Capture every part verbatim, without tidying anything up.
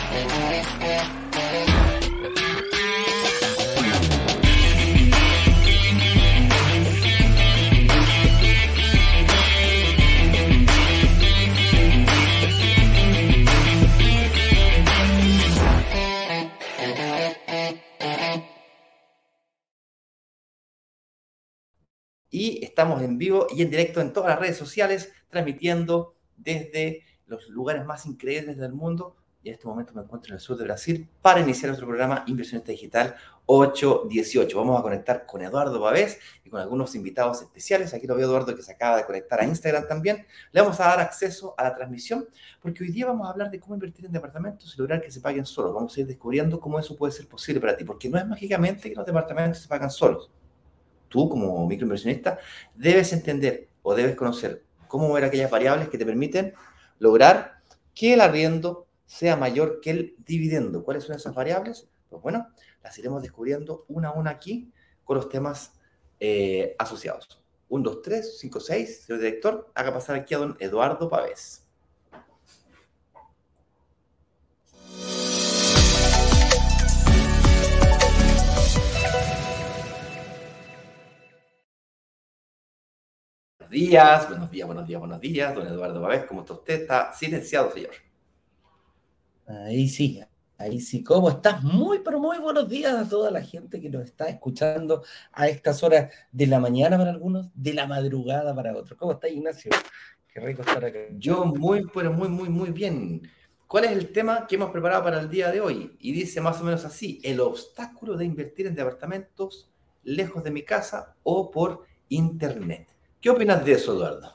Y estamos en vivo y en directo en todas las redes sociales, transmitiendo desde los lugares más increíbles del mundo. Y en este momento me encuentro en el sur de Brasil para iniciar nuestro programa Inversionista Digital ocho dieciocho. Vamos a conectar con Eduardo Pavés y con algunos invitados especiales. Aquí lo veo Eduardo, que se acaba de conectar a Instagram también. Le vamos a dar acceso a la transmisión porque hoy día vamos a hablar de cómo invertir en departamentos y lograr que se paguen solos. Vamos a ir descubriendo cómo eso puede ser posible para ti, porque no es mágicamente que los departamentos se pagan solos. Tú, como microinversionista, debes entender o debes conocer cómo mover aquellas variables que te permiten lograr que el arriendo sea mayor que el dividendo. ¿Cuáles son esas variables? Pues bueno, las iremos descubriendo una a una aquí con los temas eh, asociados. uno, dos, tres, cinco, seis, señor director, haga pasar aquí a don Eduardo Pavés. Buenos días, buenos días, buenos días, buenos días, don Eduardo Pavés, ¿cómo está usted? Está silenciado, señor. Ahí sí, ahí sí. ¿Cómo estás? Muy, pero muy buenos días a toda la gente que nos está escuchando a estas horas de la mañana para algunos, de la madrugada para otros. ¿Cómo estás, Ignacio? Qué rico estar acá. Yo muy, pero muy, muy, muy bien. ¿Cuál es el tema que hemos preparado para el día de hoy? Y dice más o menos así: el obstáculo de invertir en departamentos lejos de mi casa o por internet. ¿Qué opinas de eso, Eduardo?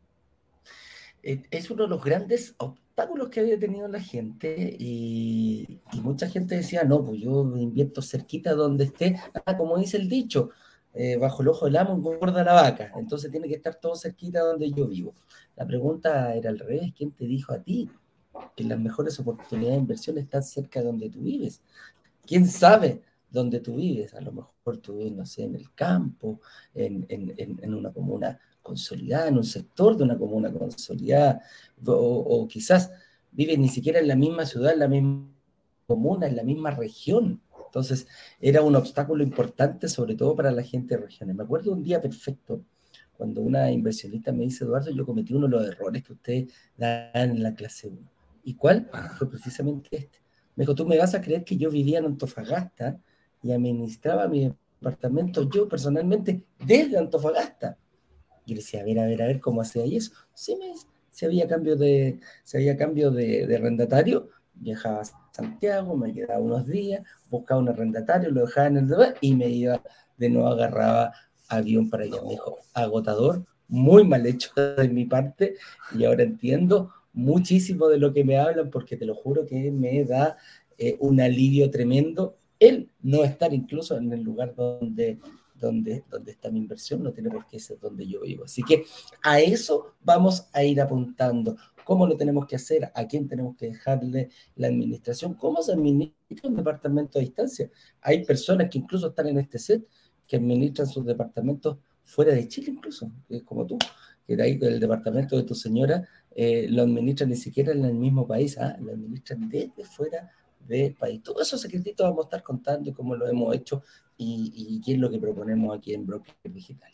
Es uno de los grandes obstáculos que había tenido la gente y, y mucha gente decía, no, pues yo invierto cerquita donde esté, ah, como dice el dicho, eh, bajo el ojo del amo engorda la vaca, entonces tiene que estar todo cerquita donde yo vivo. La pregunta era al revés: ¿quién te dijo a ti que las mejores oportunidades de inversión están cerca de donde tú vives? ¿Quién sabe dónde tú vives? A lo mejor tú vives, no sé, en el campo, en, en, en una comuna consolidada, en un sector de una comuna consolidada, o, o quizás vives ni siquiera en la misma ciudad, en la misma comuna, en la misma región. Entonces, era un obstáculo importante, sobre todo para la gente de regiones. Me acuerdo un día perfecto, cuando una inversionista me dice, Eduardo, yo cometí uno de los errores que ustedes dan en la clase uno. ¿Y cuál? Fue precisamente este. Me dijo, ¿tú me vas a creer que yo vivía en Antofagasta y administraba mi departamento yo personalmente desde Antofagasta? Y le decía, a ver, a ver, a ver, ¿cómo hacía eso? Sí, me dice, si había cambio de, si había cambio de, de arrendatario, viajaba a Santiago, me quedaba unos días, buscaba un arrendatario, lo dejaba en el deber y me iba, de nuevo agarraba avión para allá. Me dijo, agotador, muy mal hecho de mi parte, y ahora entiendo muchísimo de lo que me hablan, porque te lo juro que me da eh, un alivio tremendo el no estar incluso en el lugar donde, donde, donde está mi inversión, no tiene por qué ser donde yo vivo. Así que a eso vamos a ir apuntando. ¿Cómo lo tenemos que hacer? ¿A quién tenemos que dejarle la administración? ¿Cómo se administra un departamento a distancia? Hay personas que incluso están en este set que administran sus departamentos fuera de Chile incluso, como tú, que de ahí el departamento de tu señora eh, lo administran ni siquiera en el mismo país, ¿ah? Lo administran desde fuera del país. Todos esos secretitos vamos a estar contando y cómo lo hemos hecho y, y qué es lo que proponemos aquí en Brokers Digitales.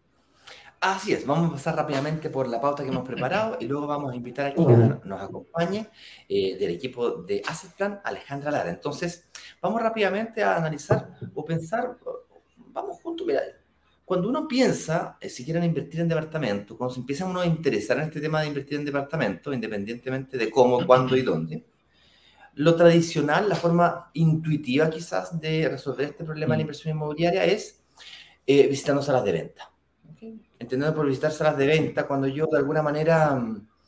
Así es, vamos a pasar rápidamente por la pauta que hemos preparado y luego vamos a invitar a quien nos acompañe eh, del equipo de Asset Plan, Alejandra Lara. Entonces, vamos rápidamente a analizar o pensar, vamos juntos, mira, cuando uno piensa, eh, si quieren invertir en departamento, cuando se empieza uno a interesar en este tema de invertir en departamento, independientemente de cómo, cuándo y dónde, lo tradicional, la forma intuitiva quizás de resolver este problema de la inversión inmobiliaria es eh, visitando salas de venta. ¿Okay? Entendiendo por visitar salas de venta, cuando yo de alguna manera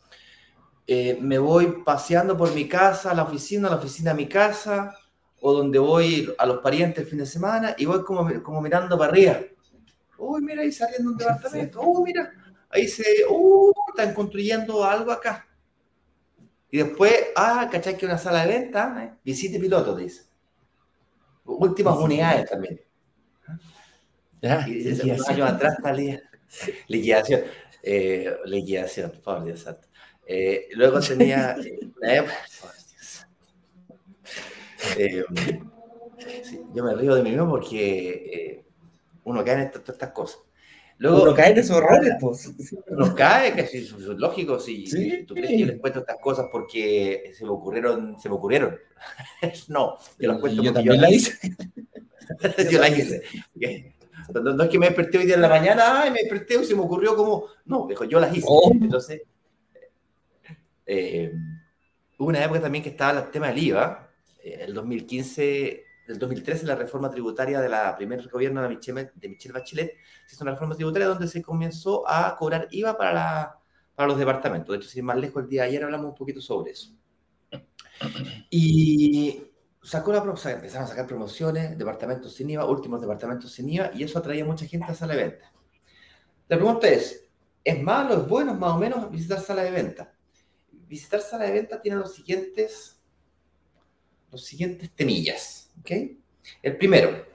eh, me voy paseando por mi casa, a la oficina, a la oficina a mi casa, o donde voy a los parientes el fin de semana, y voy como, como mirando para arriba. Uy, mira, ahí saliendo un departamento. Uy, mira, ahí se... Uy, están construyendo algo acá. Y después, ah, ¿cachai? Que una sala de venta, ¿eh? Visite piloto, dice. Últimas sí, unidades sí. También. Ah, y desde unos años atrás salía liquidación, eh, liquidación, por Dios santo. Eh, luego tenía eh, una época, por Dios santo. Eh, sí, yo me río de mí mismo porque eh, uno cae en estas, todas estas cosas. Luego, uno cae en esos errores, pues. uno cae, que sí, son lógicos, y, y Sí. tú crees que yo les cuento estas cosas porque se me ocurrieron, se me ocurrieron. No, yo las cuento Yo porque yo también las la hice. hice. yo Yo las también. hice. No, no, no es que me desperté hoy día en la mañana, ay, me desperté y se me ocurrió como, no, viejo, yo las hice. Oh. Entonces, eh, hubo una época también que estaba el tema del I V A, eh, el dos mil quince, del dos mil trece, la reforma tributaria de la primer gobierno de Michelle, de Michelle Bachelet, se hizo una reforma tributaria donde se comenzó a cobrar I V A para, la, para los departamentos. De hecho, sin ir más lejos, el día de ayer hablamos un poquito sobre eso. Y sacó la promoción, empezaron a sacar promociones, departamentos sin I V A, últimos departamentos sin I V A, y eso atraía a mucha gente a sala de venta. La pregunta es, ¿es malo, es bueno, es más o menos visitar sala de venta? Visitar sala de venta tiene los siguientes, los siguientes temillas, ¿ok? El primero,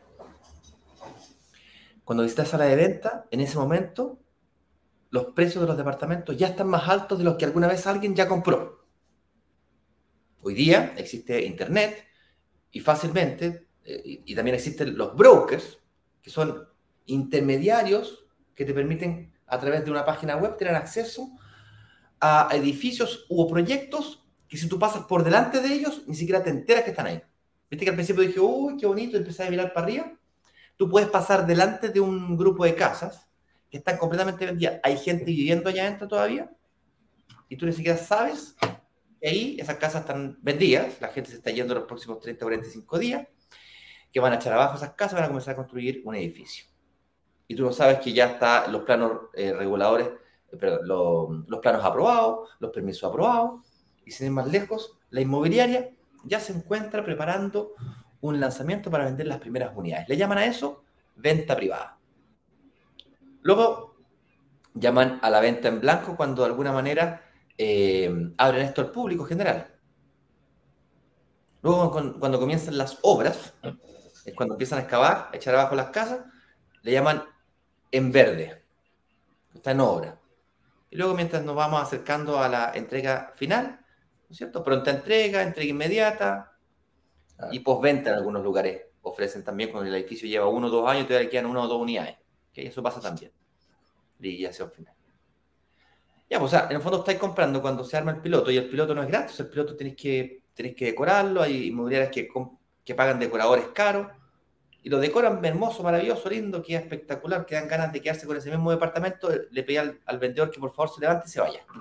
cuando visitas sala de venta, en ese momento, los precios de los departamentos ya están más altos de los que alguna vez alguien ya compró. Hoy día existe internet y fácilmente, eh, y, y también existen los brokers, que son intermediarios que te permiten, a través de una página web, tener acceso a edificios u proyectos que si tú pasas por delante de ellos, ni siquiera te enteras que están ahí. Viste que al principio dije, uy, qué bonito, y empecé a mirar para arriba. Tú puedes pasar delante de un grupo de casas que están completamente vendidas. Hay gente viviendo allá adentro todavía y tú ni siquiera sabes que ahí esas casas están vendidas. La gente se está yendo los próximos treinta, cuarenta y cinco días, que van a echar abajo esas casas, van a comenzar a construir un edificio. Y tú no sabes que ya están los planos eh, reguladores, eh, perdón, lo, los planos aprobados, los permisos aprobados, y sin ir más lejos, la inmobiliaria ya se encuentra preparando un lanzamiento para vender las primeras unidades. Le llaman a eso venta privada. Luego llaman a la venta en blanco cuando de alguna manera eh, abren esto al público general. Luego cuando comienzan las obras, es cuando empiezan a excavar, a echar abajo las casas, le llaman en verde, está en obra. Y luego mientras nos vamos acercando a la entrega final, ¿no es cierto? Pronta entrega, entrega inmediata y postventa en algunos lugares. Ofrecen también cuando el edificio lleva uno o dos años, todavía le quedan una o dos unidades. ¿Okay? Eso pasa también. Liquidación final. Ya, pues, o sea, en el fondo estáis comprando cuando se arma el piloto y el piloto no es gratis, el piloto tenéis que, tenéis que decorarlo, hay inmobiliarias que, que pagan decoradores caros y lo decoran hermoso, maravilloso, lindo, queda espectacular, que dan ganas de quedarse con ese mismo departamento, le pedí al, al vendedor que por favor se levante y se vaya.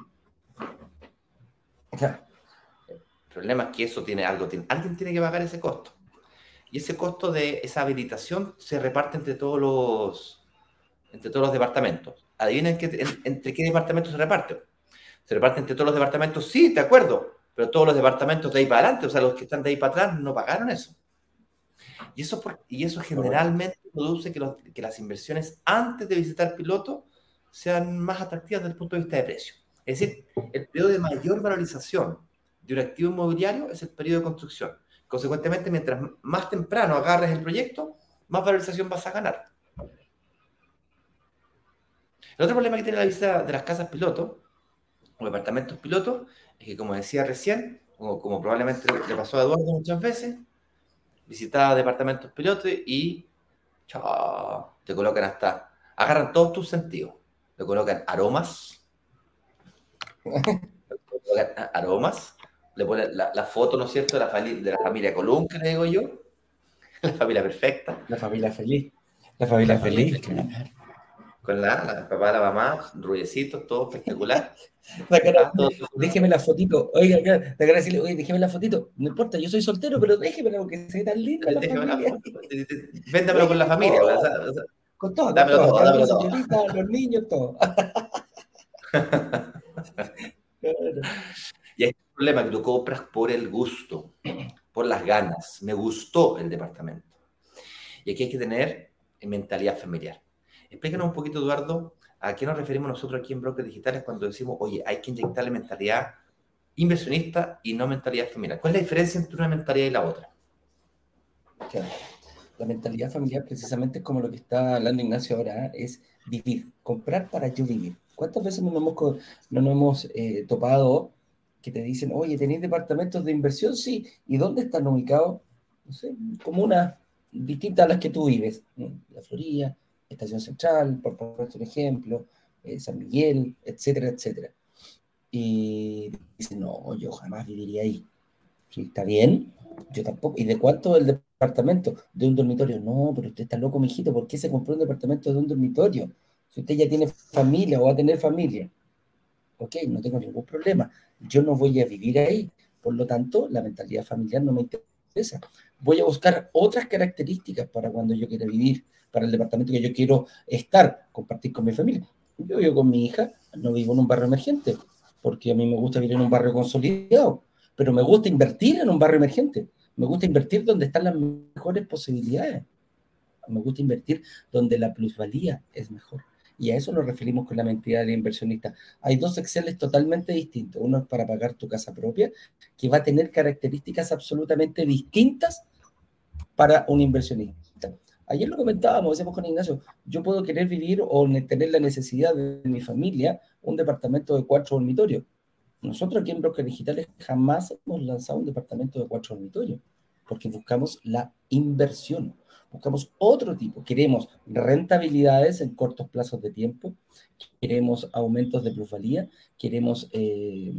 Claro. El problema es que eso tiene algo, tiene, alguien tiene que pagar ese costo. Y ese costo de esa habilitación se reparte entre todos los, entre todos los departamentos. Adivinen que, en, entre qué departamentos se reparte. Se reparte entre todos los departamentos, sí, de acuerdo, pero todos los departamentos de ahí para adelante, o sea, los que están de ahí para atrás, no pagaron eso. Y eso, por, y eso generalmente produce que, los, que las inversiones antes de visitar piloto sean más atractivas desde el punto de vista de precio. Es decir, el periodo de mayor valorización de un activo inmobiliario es el periodo de construcción. Consecuentemente, mientras más temprano agarres el proyecto, más valorización vas a ganar. El otro problema que tiene la visita de las casas piloto o departamentos piloto es que, como decía recién, como, como probablemente le pasó a Eduardo muchas veces, visitaba departamentos piloto y chao, te colocan hasta, agarran todos tus sentidos, te colocan aromas, colocan aromas, le ponen la, la foto, ¿no es cierto?, de la, familia, de la familia Colón, que le digo yo, la familia perfecta. La familia feliz, la familia, la familia feliz, feliz. Claro. Con la, la papá, la mamá, rubiecitos, todo espectacular. La cara, ah, todo, déjeme la fotito. Oiga, la cara de decirle, oye, déjeme la fotito. No importa, yo soy soltero, pero déjemela porque se ve tan linda la familia. Véndamelo con la familia. Todo. O sea, o sea, con todo, dámelo con todo, dámelo todo. La señorita, los niños, todo. Y hay un problema que tú compras por el gusto, por las ganas. Me gustó el departamento. Y aquí hay que tener mentalidad familiar. Explícanos un poquito, Eduardo, a qué nos referimos nosotros aquí en Brokers Digitales cuando decimos, oye, hay que inyectarle mentalidad inversionista y no mentalidad familiar. ¿Cuál es la diferencia entre una mentalidad y la otra? Claro. La mentalidad familiar precisamente es como lo que está hablando Ignacio ahora, ¿eh? Es vivir, comprar para yo vivir. ¿Cuántas veces no nos hemos, no nos hemos eh, topado que te dicen, oye, ¿tenéis departamentos de inversión? Sí. ¿Y dónde están ubicados? no sé, comunas distintas a las que tú vives, ¿no? La Florida, Estación Central, por poner un ejemplo, eh, San Miguel, etcétera, etcétera. Y dice, no, yo jamás viviría ahí. Sí, está bien, yo tampoco. ¿Y de cuánto el departamento? De un dormitorio. No, pero usted está loco, mijito, ¿por qué se compró un departamento de un dormitorio? Si usted ya tiene familia o va a tener familia. Ok, no tengo ningún problema. Yo no voy a vivir ahí. Por lo tanto, la mentalidad familiar no me interesa. Voy a buscar otras características para cuando yo quiera vivir, para el departamento que yo quiero estar, compartir con mi familia. Yo vivo con mi hija, no vivo en un barrio emergente, porque a mí me gusta vivir en un barrio consolidado, pero me gusta invertir en un barrio emergente. Me gusta invertir donde están las mejores posibilidades. Me gusta invertir donde la plusvalía es mejor. Y a eso nos referimos con la mentalidad de inversionista. Hay dos Exceles totalmente distintos. Uno es para pagar tu casa propia, que va a tener características absolutamente distintas para un inversionista. Ayer lo comentábamos, decíamos con Ignacio, yo puedo querer vivir o tener la necesidad de mi familia un departamento de cuatro dormitorios. Nosotros aquí en Brokers Digitales jamás hemos lanzado un departamento de cuatro dormitorios, porque buscamos la inversión, buscamos otro tipo. Queremos rentabilidades en cortos plazos de tiempo, queremos aumentos de plusvalía, queremos eh,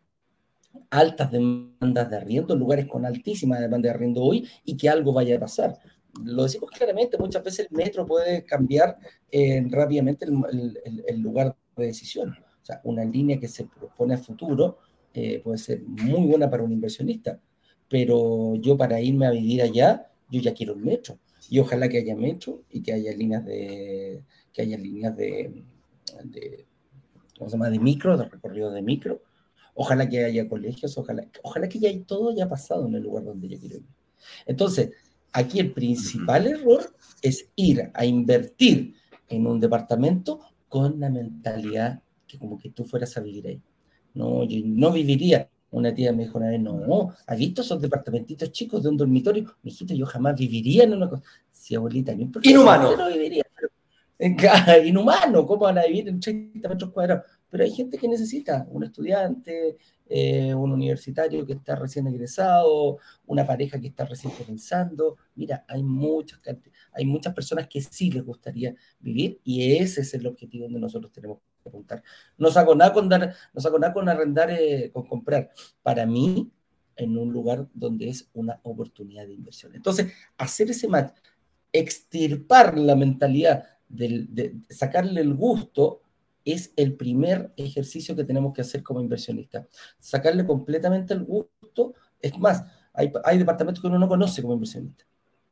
altas demandas de arriendo, lugares con altísima demanda de arriendo hoy y que algo vaya a pasar. Lo decimos claramente, muchas veces el metro puede cambiar eh, rápidamente el, el, el lugar de decisión. O sea, una línea que se propone a futuro eh, puede ser muy buena para un inversionista, pero yo para irme a vivir allá, yo ya quiero el metro. Y ojalá que haya metro y que haya líneas de, que haya líneas de, de ¿cómo se llama? De micro, de recorrido de micro. Ojalá que haya colegios, ojalá, ojalá que ya todo haya pasado en el lugar donde yo quiero ir. Entonces, aquí el principal error es ir a invertir en un departamento con la mentalidad que como que tú fueras a vivir ahí. No, yo no viviría. Una tía me dijo una vez, no, ¿has visto esos departamentitos chicos de un dormitorio? Mijito, yo jamás viviría en una cosa. Sí, abuelita, no importa si Inhumano. usted no viviría, pero inhumano, ¿cómo van a vivir en treinta metros cuadrados? Pero hay gente que necesita, un estudiante, eh, un universitario que está recién egresado, una pareja que está recién comenzando. Mira, hay muchas, hay muchas personas que sí les gustaría vivir y ese es el objetivo donde nosotros tenemos que apuntar. No saco nada con, dar, no saco nada con arrendar, eh, con comprar. Para mí, en un lugar donde es una oportunidad de inversión. Entonces, hacer ese match, extirpar la mentalidad de, de sacarle el gusto es el primer ejercicio que tenemos que hacer como inversionistas. Sacarle completamente el gusto. Es más, hay, hay departamentos que uno no conoce como inversionista.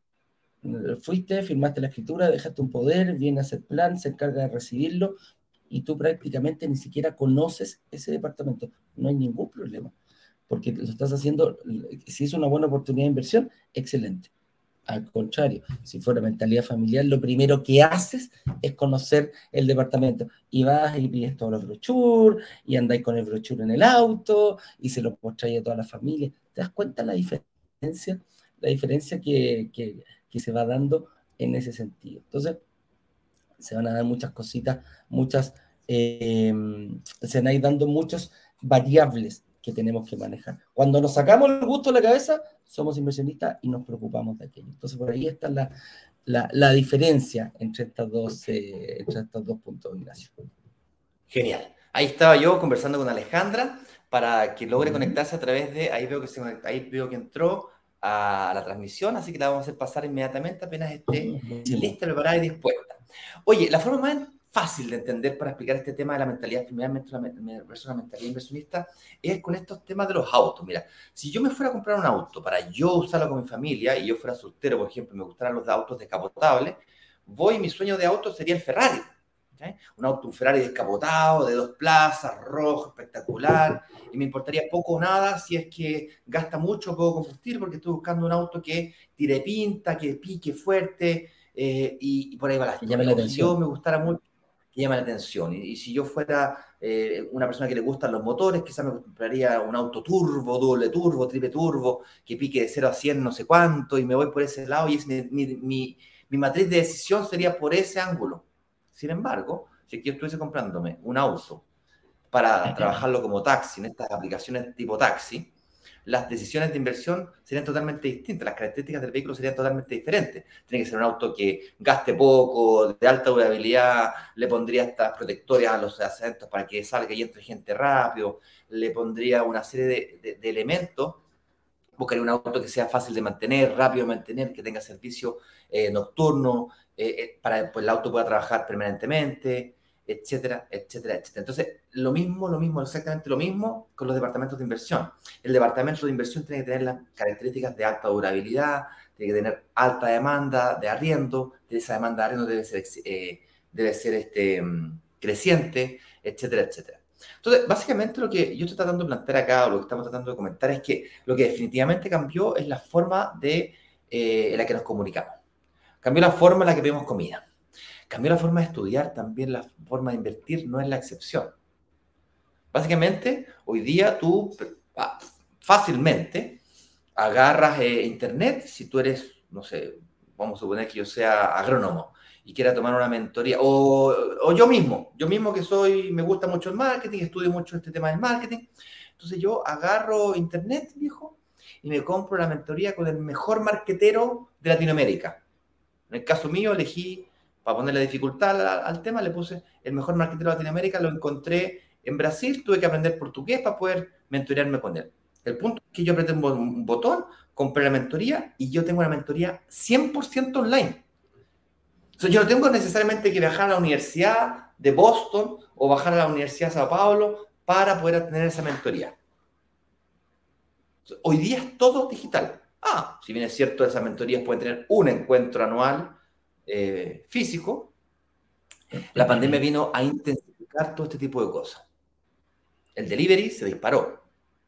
Fuiste, firmaste la escritura, dejaste un poder, viene a hacer plan, se encarga de recibirlo y tú prácticamente ni siquiera conoces ese departamento. No hay ningún problema, porque lo estás haciendo, si es una buena oportunidad de inversión, excelente. Al contrario, si fuera mentalidad familiar, lo primero que haces es conocer el departamento. Y vas y pides todos los brochures, y andáis con el brochure en el auto, y se lo mostráis a toda la familia. ¿Te das cuenta la diferencia? La diferencia que, que, que se va dando en ese sentido. Entonces, se van a dar muchas cositas, muchas, eh, se van a ir dando muchas variables que tenemos que manejar. Cuando nos sacamos el gusto de la cabeza, somos inversionistas y nos preocupamos de aquello. Entonces, por ahí está la, la, la diferencia entre, estas dos, eh, entre estos dos puntos, Ignacio. Genial. Ahí estaba yo conversando con Alejandra para que logre uh-huh. conectarse a través de, ahí veo que, se, ahí veo que entró a la transmisión, así que la vamos a hacer pasar inmediatamente apenas esté uh-huh. lista, preparada y dispuesta. Oye, la forma más fácil de entender para explicar este tema de la mentalidad familiar versus la mentalidad inversionista es con estos temas de los autos. Mira, si yo me fuera a comprar un auto para yo usarlo con mi familia y yo fuera soltero, por ejemplo, me gustaran los autos descapotables, voy, mi sueño de auto sería el Ferrari. ¿Okay? Un auto, un Ferrari descapotado, de dos plazas, rojo, espectacular, y me importaría poco o nada si es que gasta mucho o poco combustible, porque estoy buscando un auto que tire pinta, que pique fuerte, eh, y, y por ahí va la historia. Llame la atención. Si yo me gustara mucho, que llame la atención, y, y si yo fuera eh, una persona que le gustan los motores, quizás me compraría un auto turbo, doble turbo, triple turbo, que pique de cero a cien no sé cuánto, y me voy por ese lado, y es mi, mi, mi, mi matriz de decisión sería por ese ángulo. Sin embargo, si yo estuviese comprándome un auto para trabajarlo como taxi, en estas aplicaciones tipo taxi, las decisiones de inversión serían totalmente distintas, las características del vehículo serían totalmente diferentes. Tiene que ser un auto que gaste poco, de alta durabilidad, le pondría estas protectorias a los asientos para que salga y entre gente rápido, le pondría una serie de, de, de elementos. Buscaría un auto que sea fácil de mantener, rápido de mantener, que tenga servicio eh, nocturno, eh, eh, para que pues, el auto pueda trabajar permanentemente, etcétera, etcétera, etcétera. Entonces, lo mismo, lo mismo, exactamente lo mismo con los departamentos de inversión. El departamento de inversión tiene que tener las características de alta durabilidad, tiene que tener alta demanda de arriendo, esa demanda de arriendo debe ser, eh, debe ser este, creciente, etcétera, etcétera. Entonces, básicamente lo que yo estoy tratando de plantear acá, o lo que estamos tratando de comentar, es que lo que definitivamente cambió es la forma de, eh, en la que nos comunicamos. Cambió la forma en la que pedimos comida. Cambió la forma de estudiar, también la forma de invertir no es la excepción. Básicamente, hoy día tú fácilmente agarras eh, internet, si tú eres, no sé, vamos a suponer que yo sea agrónomo, y quiera tomar una mentoría, o, o yo mismo, yo mismo que soy, me gusta mucho el marketing, estudio mucho este tema del marketing, entonces yo agarro internet, viejo, y me compro la mentoría con el mejor marketero de Latinoamérica. En el caso mío elegí, para ponerle dificultad al, al tema, le puse el mejor marketero de Latinoamérica, lo encontré en Brasil, tuve que aprender portugués para poder mentorearme con él. El punto es que yo apreté un botón, compré la mentoría y yo tengo una mentoría cien por ciento online. O sea, yo no tengo necesariamente que viajar a la Universidad de Boston o bajar a la Universidad de Sao Paulo para poder tener esa mentoría. Hoy día es todo digital. Ah, si bien es cierto, esas mentorías pueden tener un encuentro anual eh, físico, la pandemia vino a intensificar todo este tipo de cosas. El delivery se disparó.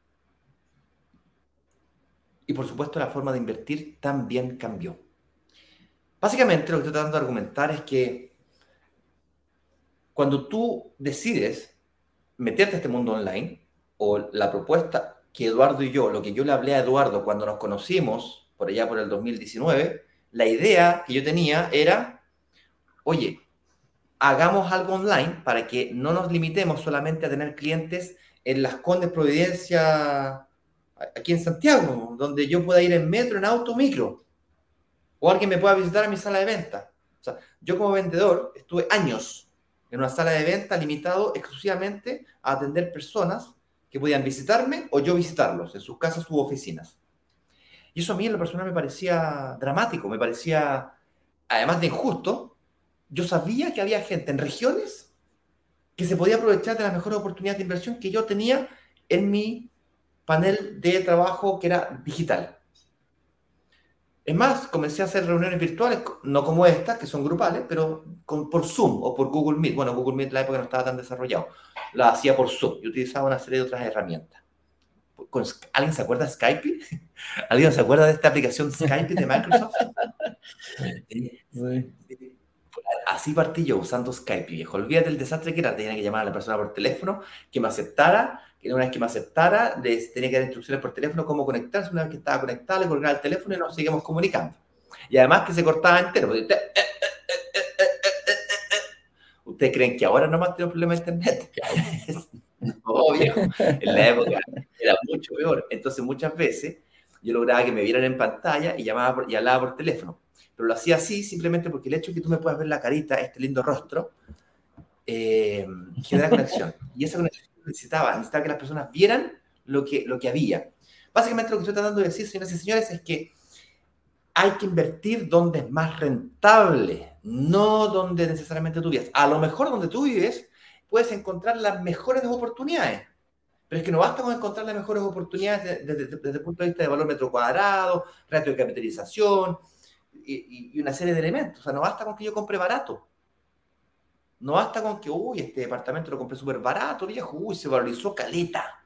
Y por supuesto la forma de invertir también cambió. Básicamente lo que estoy tratando de argumentar es que cuando tú decides meterte a este mundo online, o la propuesta que Eduardo y yo, lo que yo le hablé a Eduardo cuando nos conocimos, por allá por el dos mil diecinueve, la idea que yo tenía era, oye, hagamos algo online para que no nos limitemos solamente a tener clientes en Las Condes, Providencia, aquí en Santiago, donde yo pueda ir en metro, en auto, micro, o alguien me pueda visitar a mi sala de venta. O sea, yo como vendedor estuve años en una sala de venta limitado exclusivamente a atender personas que podían visitarme o yo visitarlos en sus casas u oficinas. Y eso a mí en lo personal me parecía dramático, me parecía, además de injusto, yo sabía que había gente en regiones que se podía aprovechar de las mejores oportunidades de inversión que yo tenía en mi panel de trabajo que era digital. Es más, comencé a hacer reuniones virtuales, no como estas, que son grupales, pero con, por Zoom o por Google Meet. Bueno, Google Meet en la época no estaba tan desarrollado. La hacía por Zoom y utilizaba una serie de otras herramientas. Con, ¿alguien se acuerda de Skype? ¿Alguien se acuerda de esta aplicación Skype de Microsoft? Sí. Así partí yo usando Skype, viejo. Olvídate del desastre que era. Tenía que llamar a la persona por teléfono, que me aceptara, que una vez que me aceptara, les tenía que dar instrucciones por teléfono cómo conectarse. Una vez que estaba conectado, le colgaba el teléfono y nos seguimos comunicando. Y además que se cortaba entero. ¿Ustedes creen que ahora nomás tengo problemas de internet? No, viejo. En la época era mucho peor. Entonces muchas veces yo lograba que me vieran en pantalla y, llamaba por, y hablaba por teléfono. Pero lo hacía así simplemente porque el hecho de que tú me puedas ver la carita, este lindo rostro, eh, genera conexión. Y esa conexión necesitaba, necesitaba que las personas vieran lo que, lo que había. Básicamente lo que estoy tratando de decir, señoras y señores, es que hay que invertir donde es más rentable, no donde necesariamente tú vives. A lo mejor donde tú vives puedes encontrar las mejores oportunidades, pero es que no basta con encontrar las mejores oportunidades desde, desde, desde el punto de vista de valor metro cuadrado, ratio de capitalización y, y una serie de elementos. O sea, no basta con que yo compre barato. No basta con que, uy, este departamento lo compré súper barato, viejo, uy, se valorizó caleta.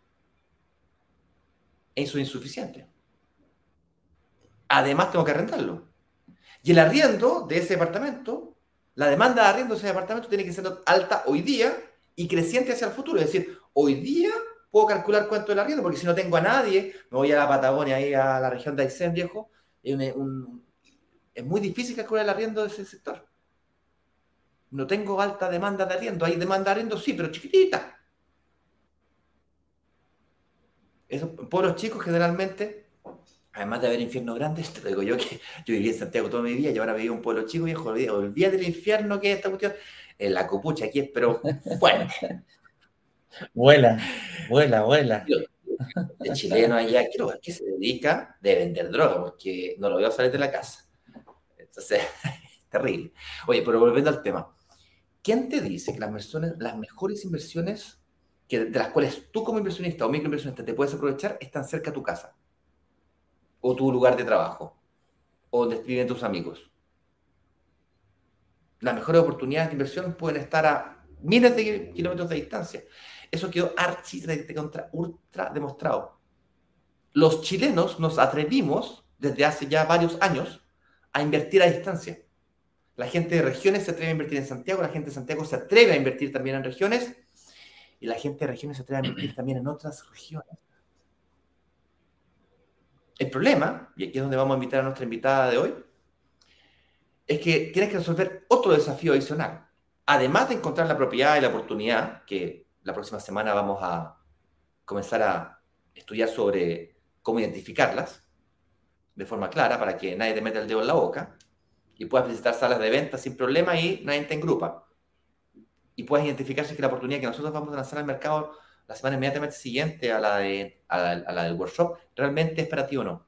Eso es insuficiente. Además, tengo que arrendarlo. Y el arriendo de ese departamento, la demanda de arriendo de ese departamento tiene que ser alta hoy día y creciente hacia el futuro. Es decir, hoy día puedo calcular cuánto es el arriendo, porque si no tengo a nadie, me voy a la Patagonia, ahí a la región de Aysén, viejo, es, un, un, es muy difícil calcular el arriendo de ese sector. No tengo alta demanda de arriendo. Hay demanda de arriendo, sí, pero chiquitita. Esos pueblos chicos generalmente, además de haber infiernos grandes, te lo digo yo que yo viví en Santiago toda mi vida y ahora viví en un pueblo chico, viejo, olvídate del infierno que es esta cuestión. En la copucha aquí es, pero fuerte. Vuela, vuela, vuela. De chileno allá, quiero ver qué se dedica de vender droga, porque no lo veo salir de la casa. Entonces, terrible. Oye, pero volviendo al tema, ¿quién te dice que las, inversiones, las mejores inversiones que, de las cuales tú como inversionista o microinversionista te puedes aprovechar están cerca de tu casa? O tu lugar de trabajo, o donde viven tus amigos. Las mejores oportunidades de inversión pueden estar a miles de kilómetros de distancia. Eso quedó archi contra ultra demostrado. Los chilenos nos atrevimos desde hace ya varios años a invertir a distancia. La gente de regiones se atreve a invertir en Santiago, la gente de Santiago se atreve a invertir también en regiones y la gente de regiones se atreve a invertir también en otras regiones. El problema, y aquí es donde vamos a invitar a nuestra invitada de hoy, es que tienes que resolver otro desafío adicional. Además de encontrar la propiedad y la oportunidad, que la próxima semana vamos a comenzar a estudiar sobre cómo identificarlas de forma clara para que nadie te meta el dedo en la boca y puedas visitar salas de venta sin problema y nadie te engrupa. Y puedas identificar si es que la oportunidad que nosotros vamos a lanzar al mercado la semana inmediatamente siguiente a la, de, a la, a la del workshop realmente es para ti o no.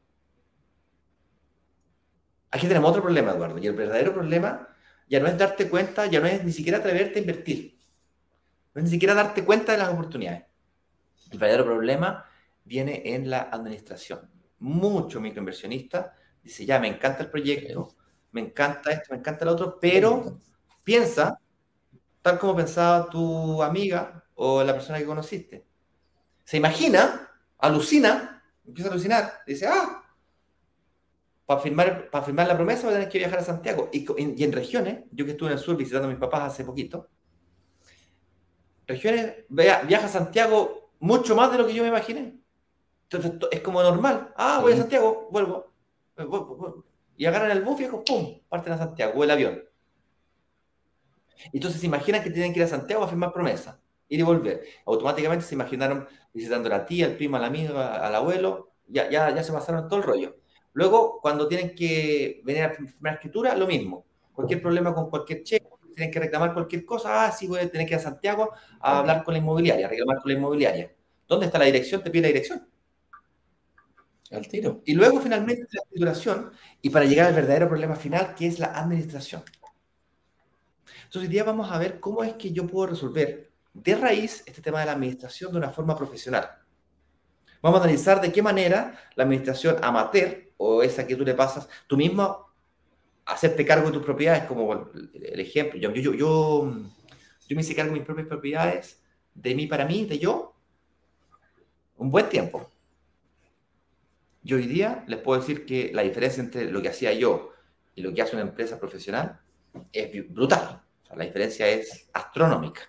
Aquí tenemos otro problema, Eduardo, y el verdadero problema ya no es darte cuenta, ya no es ni siquiera atreverte a invertir, no es ni siquiera darte cuenta de las oportunidades. El verdadero problema viene en la administración. Mucho microinversionista dice, ya, me encanta el proyecto, me encanta esto, me encanta lo otro, pero piensa, tal como pensaba tu amiga o la persona que conociste. Se imagina, alucina, empieza a alucinar, dice, ah, para firmar, para firmar la promesa voy a tener que viajar a Santiago. Y, y en regiones, yo que estuve en el sur visitando a mis papás hace poquito, regiones, viaja a Santiago mucho más de lo que yo me imaginé. Entonces es como normal. Ah, voy a Santiago, vuelvo. Y agarran el bus, viejo, pum, parten a Santiago, o el avión. Entonces se imaginan que tienen que ir a Santiago a firmar promesa, ir y volver. Automáticamente se imaginaron visitando a la tía, al primo, al amigo, al abuelo, ya, ya, ya se pasaron todo el rollo. Luego, cuando tienen que venir a firmar escritura, lo mismo. Cualquier problema con cualquier cheque, tienen que reclamar cualquier cosa, ah, sí, voy a tener que ir a Santiago a hablar con la inmobiliaria, a reclamar con la inmobiliaria. ¿Dónde está la dirección? Te pide la dirección. Al tiro. Y luego, finalmente, la escrituración, y para llegar al verdadero problema final, que es la administración. Entonces, hoy día vamos a ver cómo es que yo puedo resolver de raíz este tema de la administración de una forma profesional. Vamos a analizar de qué manera la administración amateur, o esa que tú le pasas, tú mismo hacerte cargo de tus propiedades, como el ejemplo. Yo, yo, yo, yo me hice cargo de mis propias propiedades, de mí para mí, de yo, un buen tiempo. Y hoy día les puedo decir que la diferencia entre lo que hacía yo y lo que hace una empresa profesional es brutal. O sea, la diferencia es astronómica.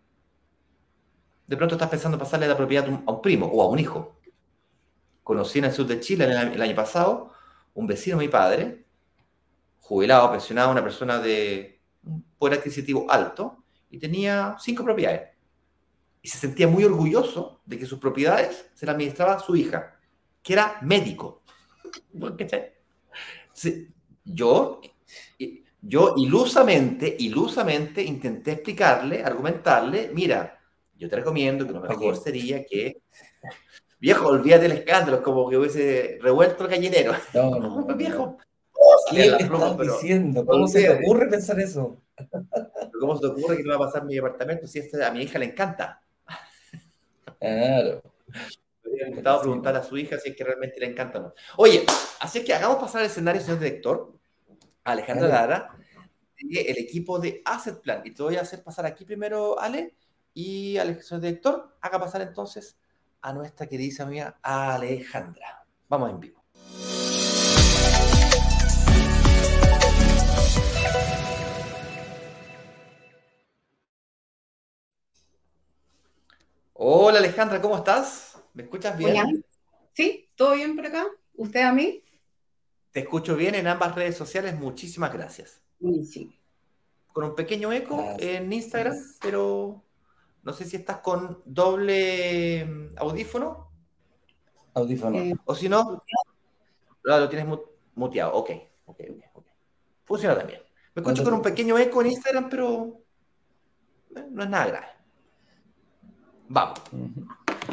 De pronto estás pensando en pasarle la propiedad a un, a un primo o a un hijo. Conocí en el sur de Chile el, el año pasado un vecino de mi padre, jubilado, pensionado, una persona de un poder adquisitivo alto, y tenía cinco propiedades. Y se sentía muy orgulloso de que sus propiedades se las administraba su hija, que era médico. ¿Qué? Sí, yo, yo ilusamente, ilusamente intenté explicarle, argumentarle, mira, yo te recomiendo que lo mejor sería que, viejo, olvídate del escándalo, es como que hubiese revuelto el gallinero. No, no, no, no, viejo, ¿qué estás pluma, pero, diciendo? ¿Cómo olvídate. Se te ocurre pensar eso? ¿Cómo se te ocurre que no va a pasar en mi departamento si este, a mi hija le encanta? Claro. Habría intentado preguntarle a su hija si es que realmente le encanta o no. Oye, así es que hagamos pasar el escenario, señor director, a Alejandra Lara, el equipo de Asset Plan. Y te voy a hacer pasar aquí primero, Ale, y al señor director, haga pasar entonces a nuestra querida amiga Alejandra. Vamos en vivo. Hola Alejandra, ¿cómo estás? ¿Me escuchas bien? Hola. Sí, ¿todo bien por acá? ¿Usted a mí? Te escucho bien en ambas redes sociales, muchísimas gracias. Sí, sí. Con un pequeño eco gracias. En Instagram, pero no sé si estás con doble audífono. Audífono. Eh, O si no, lo, lo tienes muteado. Ok, ok, ok. okay. Funciona también. Me escucho con un pequeño eco en Instagram, pero eh, no es nada grave. Vamos. Uh-huh.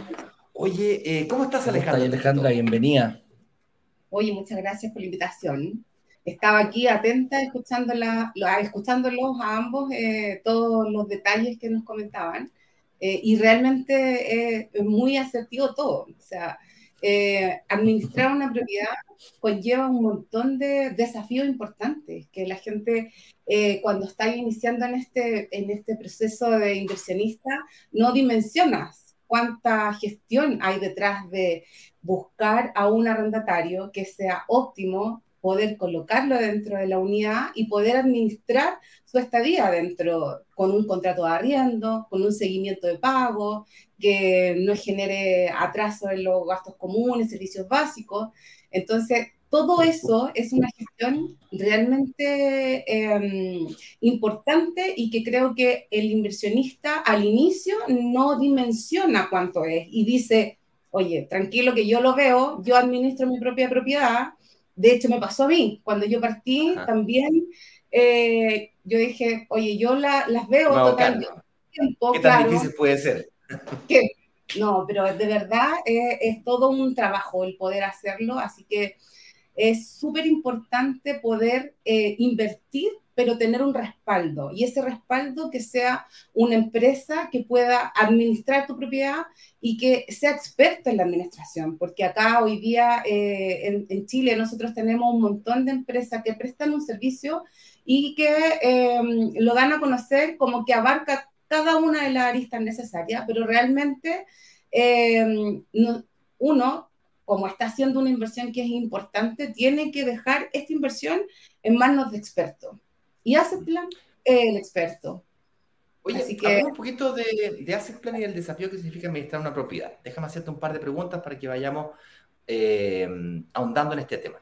Oye, eh, ¿cómo estás, ¿Cómo Alejandra? estás, Alejandra? Bienvenida. Oye, muchas gracias por la invitación. Estaba aquí atenta, escuchándola, escuchándolos a ambos, eh, todos los detalles que nos comentaban. Eh, y realmente eh, es muy asertivo todo. O sea, eh, administrar una propiedad conlleva un montón de desafíos importantes que la gente eh, cuando está iniciando en este, en este proceso de inversionista no dimensiona cuánta gestión hay detrás de buscar a un arrendatario que sea óptimo, poder colocarlo dentro de la unidad y poder administrar su estadía dentro, con un contrato de arriendo, con un seguimiento de pago, que no genere atraso en los gastos comunes, servicios básicos. Entonces, todo eso es una gestión realmente eh, importante y que creo que el inversionista al inicio no dimensiona cuánto es y dice, oye, tranquilo que yo lo veo, yo administro mi propia propiedad. De hecho, me pasó a mí. Cuando yo partí, Ajá. también eh, yo dije, oye, yo la, las veo totalmente. Tiempo, ¿Qué tan claro, difícil puede ser? Que, no, pero de verdad eh, es todo un trabajo el poder hacerlo, así que es súper importante poder eh, invertir, pero tener un respaldo. Y ese respaldo que sea una empresa que pueda administrar tu propiedad y que sea experta en la administración. Porque acá hoy día eh, en, en Chile nosotros tenemos un montón de empresas que prestan un servicio y que eh, lo dan a conocer como que abarca cada una de las aristas necesarias, pero realmente eh, no, uno como está haciendo una inversión que es importante, tiene que dejar esta inversión en manos de expertos. Y Asset Plan es el experto. Oye, Así que... hablamos un poquito de, de Asset Plan y el desafío que significa administrar una propiedad. Déjame hacerte un par de preguntas para que vayamos eh, ahondando en este tema.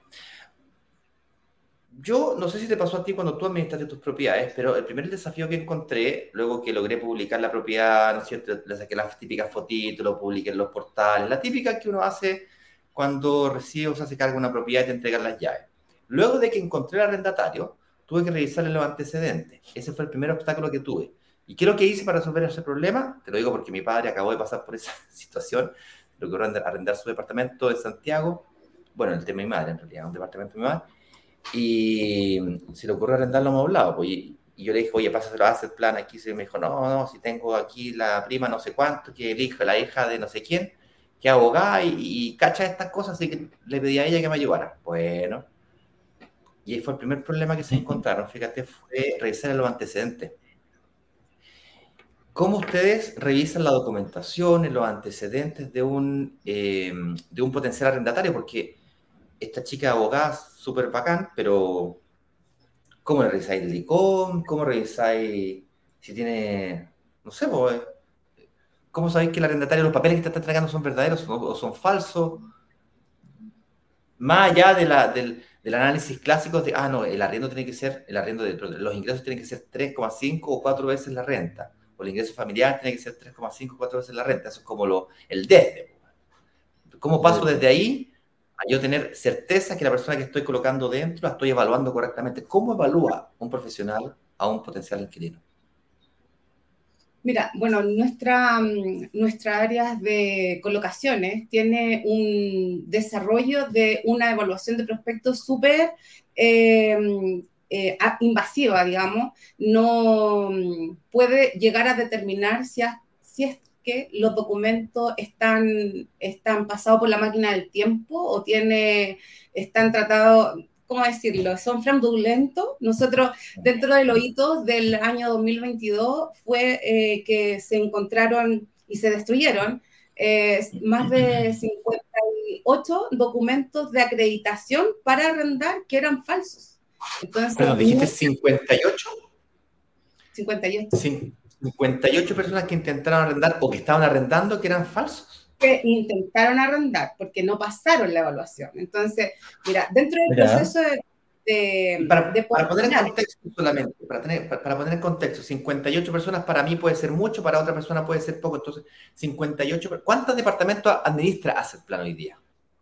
Yo no sé si te pasó a ti cuando tú administraste tus propiedades, pero el primer desafío que encontré, luego que logré publicar la propiedad, ¿no es cierto? Le saqué las típicas fotitos, lo publiqué en los portales, la típica que uno hace cuando recibe o se hace cargo de una propiedad y te entregan las llaves. Luego de que encontré el arrendatario, tuve que revisarle los antecedentes. Ese fue el primer obstáculo que tuve. ¿Y qué es lo que hice para resolver ese problema? Te lo digo porque mi padre acabó de pasar por esa situación. Logró arrendar su departamento en Santiago. Bueno, el tema de mi madre, en realidad, un departamento de mi madre. Y se le ocurrió arrendarlo amoblado. Pues, y, y yo le dije, oye, pásaselo a Asset Plan aquí. Y me dijo, no, no, si tengo aquí la prima no sé cuánto, que el hijo, la hija de no sé quién, que abogada y, y cacha estas cosas, así que le pedí a ella que me ayudara. Bueno, y ahí fue el primer problema que se encontraron, fíjate, fue revisar los antecedentes. ¿Cómo ustedes revisan la documentación y los antecedentes de un, eh, de un potencial arrendatario? Porque esta chica abogada súper bacán, pero ¿cómo le revisáis el I C O M? ¿Cómo revisáis si tiene, no sé, pues, ¿cómo sabéis que el arrendatario, los papeles que te está entregando son verdaderos o son falsos? Más allá de la, del, del análisis clásico de, ah, no, el arriendo tiene que ser, el arriendo de los ingresos tienen que ser tres coma cinco o cuatro veces la renta, o el ingreso familiar tiene que ser tres coma cinco o cuatro veces la renta. Eso es como lo, el desde. ¿Cómo paso desde ahí a yo tener certeza que la persona que estoy colocando dentro la estoy evaluando correctamente? ¿Cómo evalúa un profesional a un potencial inquilino? Mira, bueno, nuestra, nuestra área de colocaciones tiene un desarrollo de una evaluación de prospectos súper eh, eh, invasiva, digamos. No puede llegar a determinar si, ha, si es que los documentos están, están pasados por la máquina del tiempo o tiene, están tratados... ¿cómo decirlo? Son fraudulentos. Nosotros, dentro de los hitos del año dos mil veintidós, fue eh, que se encontraron y se destruyeron eh, más de cincuenta y ocho documentos de acreditación para arrendar que eran falsos. Entonces, ¿pero dijiste cincuenta y ocho? cincuenta y ocho. Sí, cincuenta y ocho personas que intentaron arrendar o que estaban arrendando que eran falsos. Que intentaron arrendar porque no pasaron la evaluación. Entonces, mira, dentro del mira. proceso de... de, para, de para poner en contexto solamente, para, tener, para, para poner en contexto, cincuenta y ocho personas para mí puede ser mucho, para otra persona puede ser poco. Entonces, cincuenta y ocho... ¿Cuántos departamentos administra Asset Plan hoy día?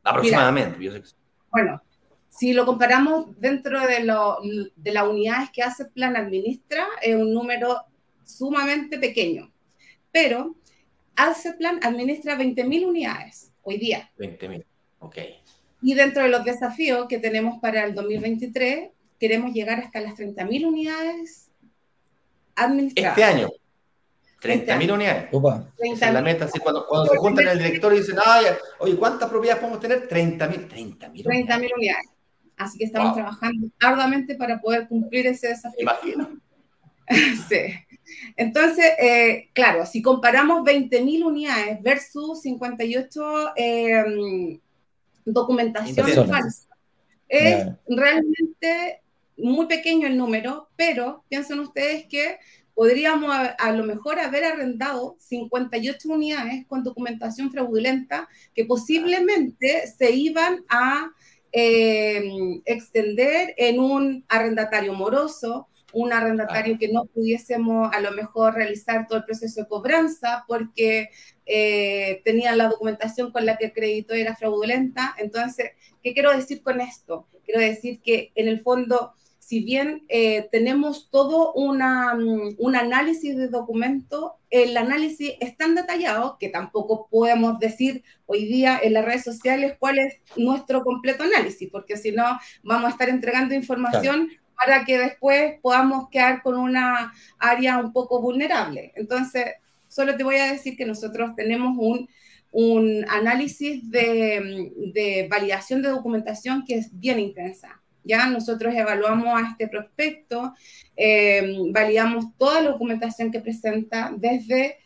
Aproximadamente. Mira, yo sé que... Bueno, si lo comparamos dentro de, lo, de las unidades que Asset Plan administra, es un número sumamente pequeño. Pero Asset Plan administra veinte mil unidades hoy día. veinte mil, ok. Y dentro de los desafíos que tenemos para el dos mil veintitrés, queremos llegar hasta las treinta mil unidades administradas. Este año, treinta mil unidades. Opa. Esa es la meta. Así, cuando cuando se juntan en el directorio y dicen, ay, oye, ¿cuántas propiedades podemos tener? treinta mil. treinta mil unidades. unidades. Así que estamos wow. trabajando arduamente para poder cumplir ese desafío. Imagino. Sí. Entonces, eh, claro, si comparamos veinte mil unidades versus cincuenta y ocho eh, documentación falsa, es yeah. realmente muy pequeño el número, pero piensen ustedes que podríamos a, a lo mejor haber arrendado cincuenta y ocho unidades con documentación fraudulenta que posiblemente se iban a eh, extender en un arrendatario moroso, un arrendatario que no pudiésemos a lo mejor realizar todo el proceso de cobranza porque eh, tenían la documentación con la que el crédito era fraudulenta. Entonces, ¿qué quiero decir con esto? Quiero decir que en el fondo, si bien eh, tenemos todo una, un análisis de documento, el análisis es tan detallado que tampoco podemos decir hoy día en las redes sociales cuál es nuestro completo análisis, porque si no vamos a estar entregando información claro. para que después podamos quedar con una área un poco vulnerable. Entonces, solo te voy a decir que nosotros tenemos un, un análisis de, de validación de documentación que es bien intensa. Ya nosotros evaluamos a este prospecto, eh, validamos toda la documentación que presenta, desde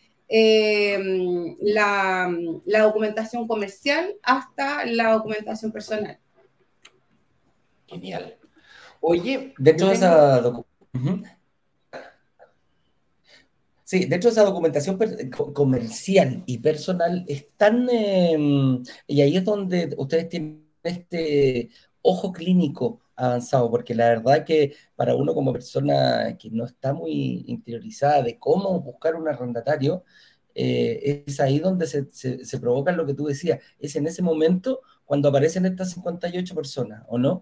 eh, la, la documentación comercial hasta la documentación personal. Genial. Oye, de hecho, esa docu uh-huh. sí, de hecho esa documentación comercial y personal es tan eh, y ahí es donde ustedes tienen este ojo clínico avanzado, porque la verdad que para uno como persona que no está muy interiorizada de cómo buscar un arrendatario, eh, es ahí donde se, se, se provoca lo que tú decías, es en ese momento cuando aparecen estas cincuenta y ocho personas, ¿o no?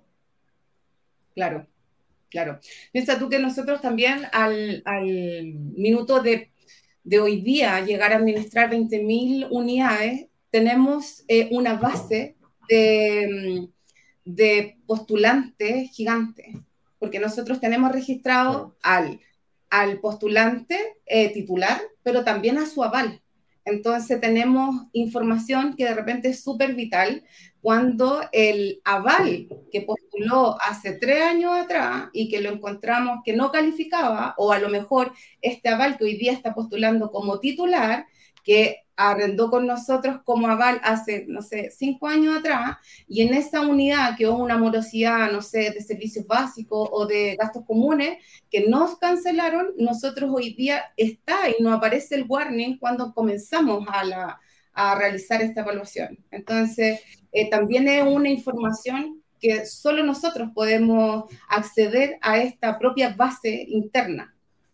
Claro, claro. Piensa tú que nosotros también al, al minuto de, de hoy día llegar a administrar veinte mil unidades, tenemos eh, una base de... de postulantes gigantes, porque nosotros tenemos registrado al, al postulante eh, titular, pero también a su aval. Entonces tenemos información que de repente es súper vital cuando el aval que postuló hace tres años atrás y que lo encontramos que no calificaba, o a lo mejor este aval que hoy día está postulando como titular, que arrendó con nosotros como aval hace, no sé, cinco años atrás, y en esa unidad que hubo una morosidad, no sé, de servicios básicos o de gastos comunes, que nos cancelaron, nosotros hoy día está y nos aparece el warning cuando comenzamos a, la, a realizar esta evaluación. Entonces, eh, también es una información que solo nosotros podemos acceder a esta propia base interna.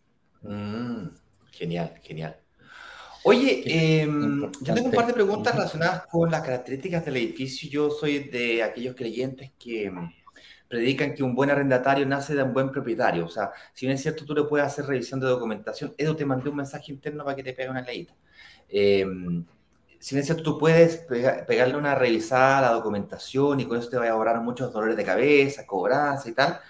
Mm, genial, genial. Oye, eh, yo tengo un par de preguntas relacionadas con las características del edificio. Yo soy de aquellos creyentes que predican que un buen arrendatario nace de un buen propietario. O sea, si bien es cierto, tú le puedes hacer revisión de documentación. Edu, te mandé un mensaje interno para que te pegue una leída. Eh, si bien es cierto, tú puedes pega, pegarle una revisada a la documentación y con eso te va a ahorrar muchos dolores de cabeza, cobranza y tal.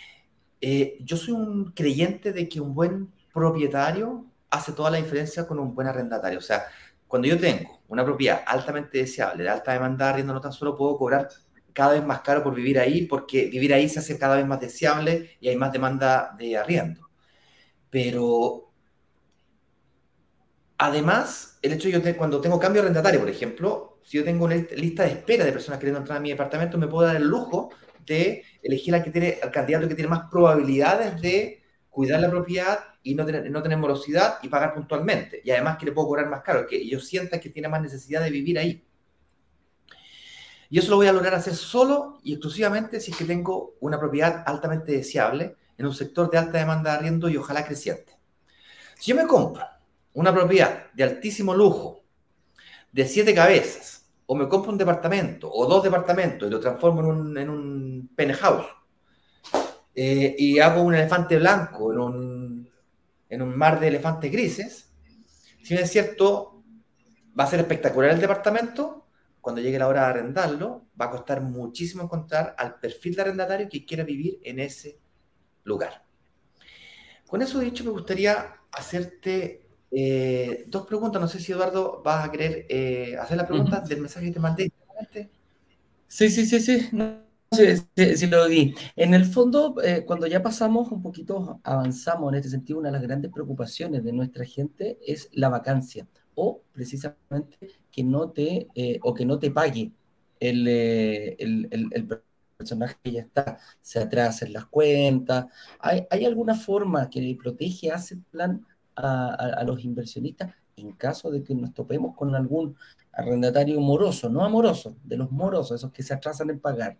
Eh, yo soy un creyente de que un buen propietario hace toda la diferencia con un buen arrendatario. O sea, cuando yo tengo una propiedad altamente deseable, de alta demanda de arriendo, no tan solo puedo cobrar cada vez más caro por vivir ahí, porque vivir ahí se hace cada vez más deseable y hay más demanda de arriendo. Pero además, el hecho de yo te, cuando tengo cambio arrendatario, por ejemplo, si yo tengo una lista de espera de personas queriendo entrar a mi departamento, me puedo dar el lujo de elegir al, que tiene, al candidato que tiene más probabilidades de cuidar la propiedad y no tener, no tener morosidad y pagar puntualmente. Y además que le puedo cobrar más caro, que yo sienta que tiene más necesidad de vivir ahí. Y eso lo voy a lograr hacer solo y exclusivamente si es que tengo una propiedad altamente deseable en un sector de alta demanda de arriendo y ojalá creciente. Si yo me compro una propiedad de altísimo lujo, de siete cabezas, o me compro un departamento o dos departamentos y lo transformo en un, en un penthouse eh, y hago un elefante blanco en un, en un mar de elefantes grises, si bien es cierto, va a ser espectacular el departamento, cuando llegue la hora de arrendarlo, va a costar muchísimo encontrar al perfil de arrendatario que quiera vivir en ese lugar. Con eso dicho, me gustaría hacerte eh, dos preguntas. No sé si, Eduardo, vas a querer eh, hacer la pregunta uh-huh. del mensaje que te mandé. Sí, sí, sí, sí. No, sí, sí, sí lo vi. En el fondo, eh, cuando ya pasamos un poquito, avanzamos en este sentido, una de las grandes preocupaciones de nuestra gente es la vacancia o precisamente que no te, eh, o que no te pague el, eh, el, el, el personaje que ya está, se atrasa en las cuentas. ¿Hay, hay alguna forma que protege, hace el plan a, a, a los inversionistas en caso de que nos topemos con algún arrendatario moroso, no amoroso, de los morosos, esos que se atrasan en pagar?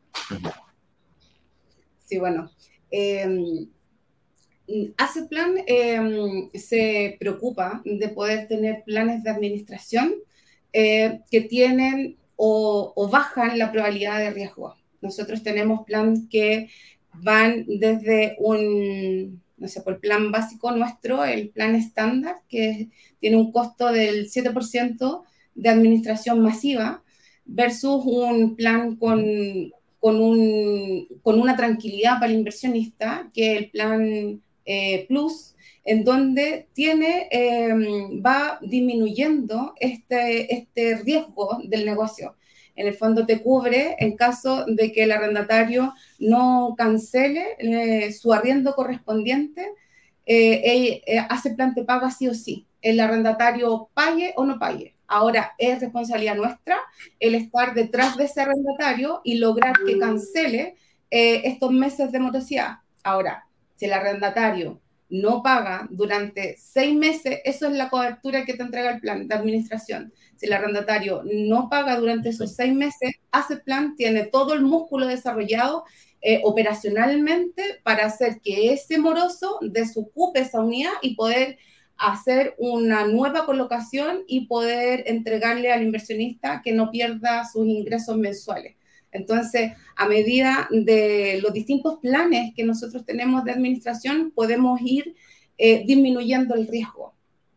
Sí, bueno. Eh, Asset Plan eh, se preocupa de poder tener planes de administración eh, que tienen o, o bajan la probabilidad de riesgo. Nosotros tenemos planes que van desde un, no sé, por el plan básico nuestro, el plan estándar, que tiene un costo del siete por ciento de administración masiva, versus un plan con, con, un, con una tranquilidad para el inversionista, que es el plan eh, Plus, en donde tiene, eh, va disminuyendo este, este riesgo del negocio. En el fondo te cubre en caso de que el arrendatario no cancele eh, su arriendo correspondiente, eh, eh, Asset Plan te paga sí o sí, el arrendatario pague o no pague. Ahora es responsabilidad nuestra el estar detrás de ese arrendatario y lograr que cancele eh, estos meses de morosidad. Ahora, si el arrendatario no paga durante seis meses, eso es la cobertura que te entrega el plan de administración. Si el arrendatario no paga durante esos seis meses, Asset Plan tiene todo el músculo desarrollado eh, operacionalmente para hacer que ese moroso desocupe esa unidad y poder hacer una nueva colocación y poder entregarle al inversionista que no pierda sus ingresos mensuales. Entonces, a medida de los distintos planes que nosotros tenemos de administración, podemos ir eh, disminuyendo el riesgo.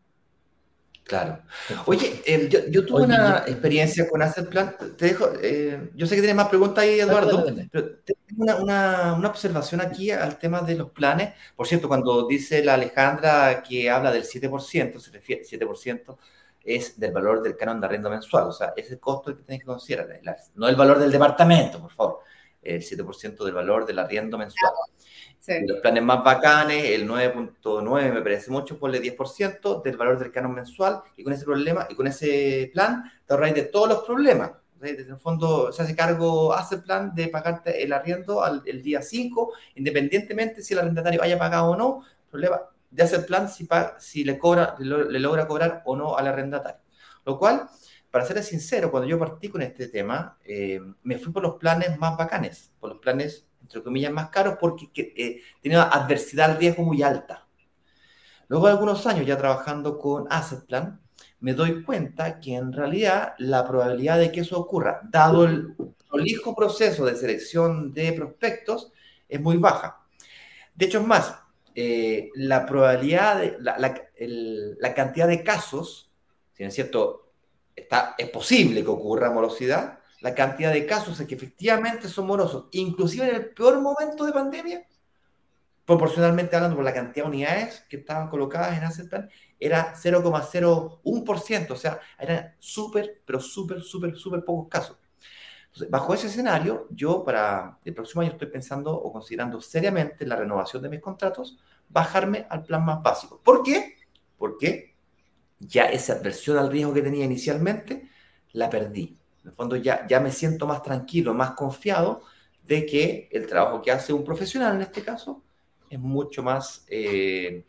Claro. Oye, eh, yo, yo tuve Oye, una yo... experiencia con Asset Plan. Te dejo, eh, yo sé que tienes más preguntas ahí, Eduardo, dale, dale, dale. Pero tengo una, una, una observación aquí al tema de los planes. Por cierto, cuando dice la Alejandra que habla del siete por ciento, se refiere al siete por ciento es del valor del canon de arriendo mensual, o sea, es el costo que tienes que considerar, no el valor del departamento, por favor, el siete por ciento del valor del arriendo mensual. Sí. Los planes más bacanes, el nueve punto nueve me parece mucho, ponle diez por ciento del valor del canon mensual, y con ese problema, y con ese plan, te ahorráis de todos los problemas. Desde el fondo se hace cargo, hace el plan de pagarte el arriendo al, el día cinco, independientemente si el arrendatario haya pagado o no, problema de hacer plan si, paga, si le, cobra, le, le logra cobrar o no al arrendatario. Lo cual, para ser sincero, cuando yo partí con este tema, eh, me fui por los planes más bacanes, por los planes, entre comillas, más caros, porque eh, tenía una adversidad al riesgo muy alta. Luego de algunos años ya trabajando con Asset Plan, me doy cuenta que en realidad la probabilidad de que eso ocurra, dado el prolijo proceso de selección de prospectos, es muy baja. De hecho, es más, Eh, la probabilidad, de, la, la, el, la cantidad de casos, si no es cierto, está, es posible que ocurra morosidad, la cantidad de casos es que efectivamente son morosos, inclusive en el peor momento de pandemia, proporcionalmente hablando por la cantidad de unidades que estaban colocadas en Asset Plan, era cero coma cero uno por ciento, o sea, eran súper, pero súper, súper, súper pocos casos. Entonces, bajo ese escenario, yo para el próximo año estoy pensando o considerando seriamente la renovación de mis contratos, bajarme al plan más básico. ¿Por qué? Porque ya esa adversión al riesgo que tenía inicialmente, la perdí. En el fondo ya, ya me siento más tranquilo, más confiado de que el trabajo que hace un profesional en este caso es mucho más... Eh,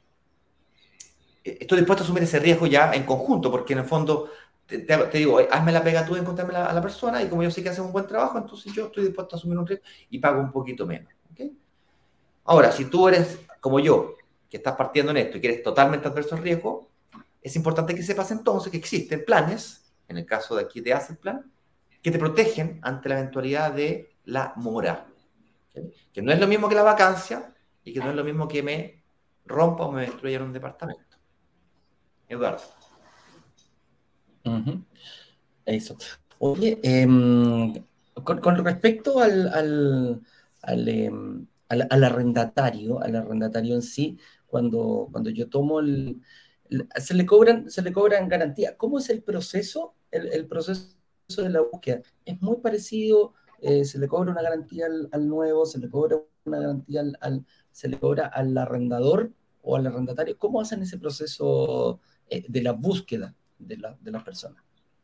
estoy dispuesto a asumir ese riesgo ya en conjunto, porque en el fondo... Te, te, te digo, hazme la pega tú, encontrarme la, a la persona, y como yo sé que haces un buen trabajo, entonces yo estoy dispuesto a asumir un riesgo y pago un poquito menos. ¿Okay? Ahora, si tú eres como yo, que estás partiendo en esto y que eres totalmente adverso al riesgo, es importante que sepas entonces que existen planes, en el caso de aquí de Asset Plan, que te protegen ante la eventualidad de la mora. ¿Okay? Que no es lo mismo que la vacancia y que no es lo mismo que me rompa o me destruya un departamento. Eduardo. Uh-huh. Eso. Oye, eh, con, con respecto al, al, al, eh, al, al arrendatario, al arrendatario en sí, cuando, cuando yo tomo el, el, se le cobran, se le cobran garantía. ¿Cómo es el proceso? El, el proceso de la búsqueda. Es muy parecido, eh, se le cobra una garantía al, al nuevo, se le cobra una garantía al, al, se le cobra al arrendador o al arrendatario. ¿Cómo hacen ese proceso eh, de la búsqueda de, la, de las personas?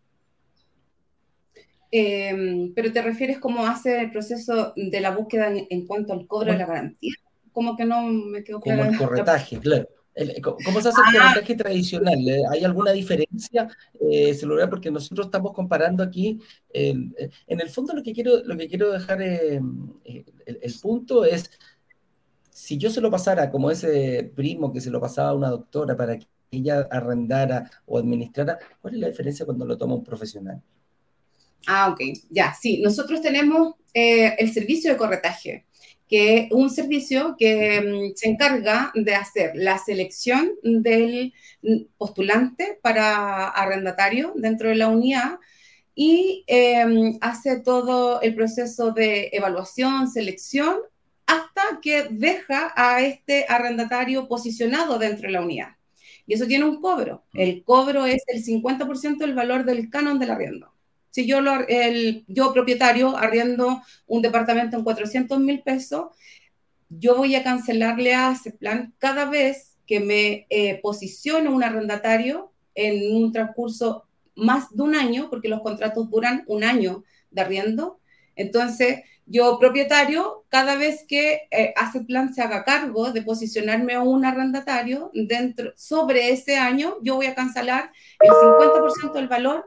Eh, pero te refieres cómo hace el proceso de la búsqueda en, en cuanto al cobro de la garantía. Como que no me quedó Como clara el la... corretaje, claro. El, ¿Cómo se hace el corretaje tradicional? ¿Hay alguna diferencia, eh, celular? Porque nosotros estamos comparando aquí. Eh, en el fondo, lo que quiero, lo que quiero dejar, eh, el, el punto es, si yo se lo pasara como ese primo que se lo pasaba a una doctora para que ella arrendara o administrara, ¿cuál es la diferencia cuando lo toma un profesional? Ah, ok, ya, sí. Nosotros tenemos eh, el servicio de corretaje, que es un servicio que um, se encarga de hacer la selección del postulante para arrendatario dentro de la unidad y eh, hace todo el proceso de evaluación, selección, hasta que deja a este arrendatario posicionado dentro de la unidad. Y eso tiene un cobro. El cobro es el cincuenta por ciento del valor del canon del arriendo. Si yo, lo, el, yo propietario, arriendo un departamento en cuatrocientos mil pesos, yo voy a cancelarle a ASEPLAN cada vez que me eh, posicione un arrendatario en un transcurso más de un año, porque los contratos duran un año de arriendo. Entonces, yo propietario, cada vez que eh, ASEPLAN se haga cargo de posicionarme a un arrendatario dentro, sobre ese año, yo voy a cancelar el cincuenta por ciento del valor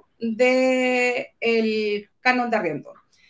del canon de arriendo.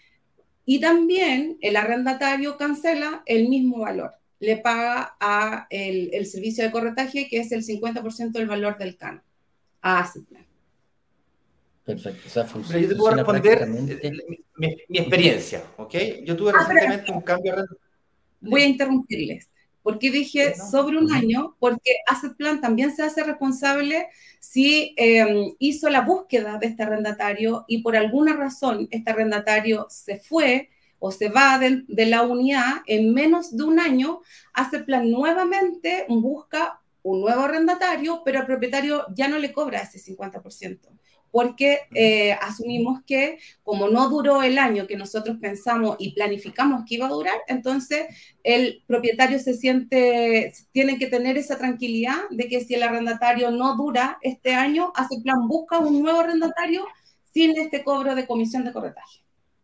Y también el arrendatario cancela el mismo valor. Le paga a el, el servicio de corretaje, que es el cincuenta por ciento del valor del canon, a ASEPLAN. Perfecto. O sea, Pero yo te puedo responder prácticamente... mi, mi, mi experiencia, ¿ok? Yo tuve ah, recientemente un cambio... Voy a interrumpirles. ¿Por qué dije no, sobre un uh-huh. año? Porque ASEPLAN también se hace responsable si eh, hizo la búsqueda de este arrendatario y por alguna razón este arrendatario se fue o se va de, de la unidad en menos de un año, ASEPLAN nuevamente busca un nuevo arrendatario, pero al propietario ya no le cobra ese cincuenta por ciento. Porque eh, asumimos que como no duró el año que nosotros pensamos y planificamos que iba a durar, entonces el propietario se siente, tiene que tener esa tranquilidad de que si el arrendatario no dura este año, ASEPLAN busca un nuevo arrendatario sin este cobro de comisión de corretaje.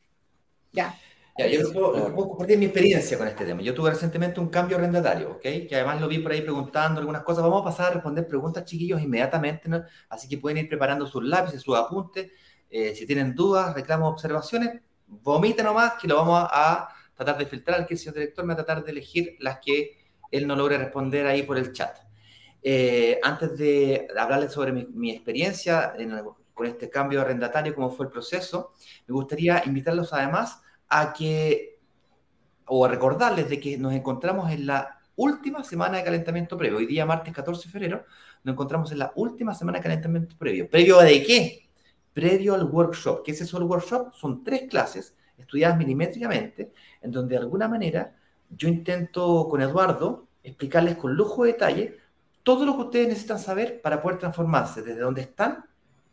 Ya. Ya, yo les puedo, les puedo compartir mi experiencia con este tema. Yo tuve recientemente un cambio arrendatario, ¿ok? Que además lo vi por ahí preguntando algunas cosas. Vamos a pasar a responder preguntas, chiquillos, inmediatamente, ¿no? Así que pueden ir preparando sus lápices, sus apuntes. Eh, si tienen dudas, reclamos, observaciones, vomiten nomás, que lo vamos a, a tratar de filtrar. Que el señor director me va a tratar de elegir las que él no logre responder ahí por el chat. Eh, antes de hablarles sobre mi, mi experiencia en, con este cambio arrendatario, cómo fue el proceso, me gustaría invitarlos además a que, o a recordarles de que nos encontramos en la última semana de calentamiento previo. Hoy día, martes catorce de febrero, nos encontramos en la última semana de calentamiento previo. ¿Previo a de qué? Previo al workshop. ¿Qué es eso el workshop? Son tres clases estudiadas milimétricamente, en donde de alguna manera yo intento con Eduardo explicarles con lujo de detalle todo lo que ustedes necesitan saber para poder transformarse desde donde están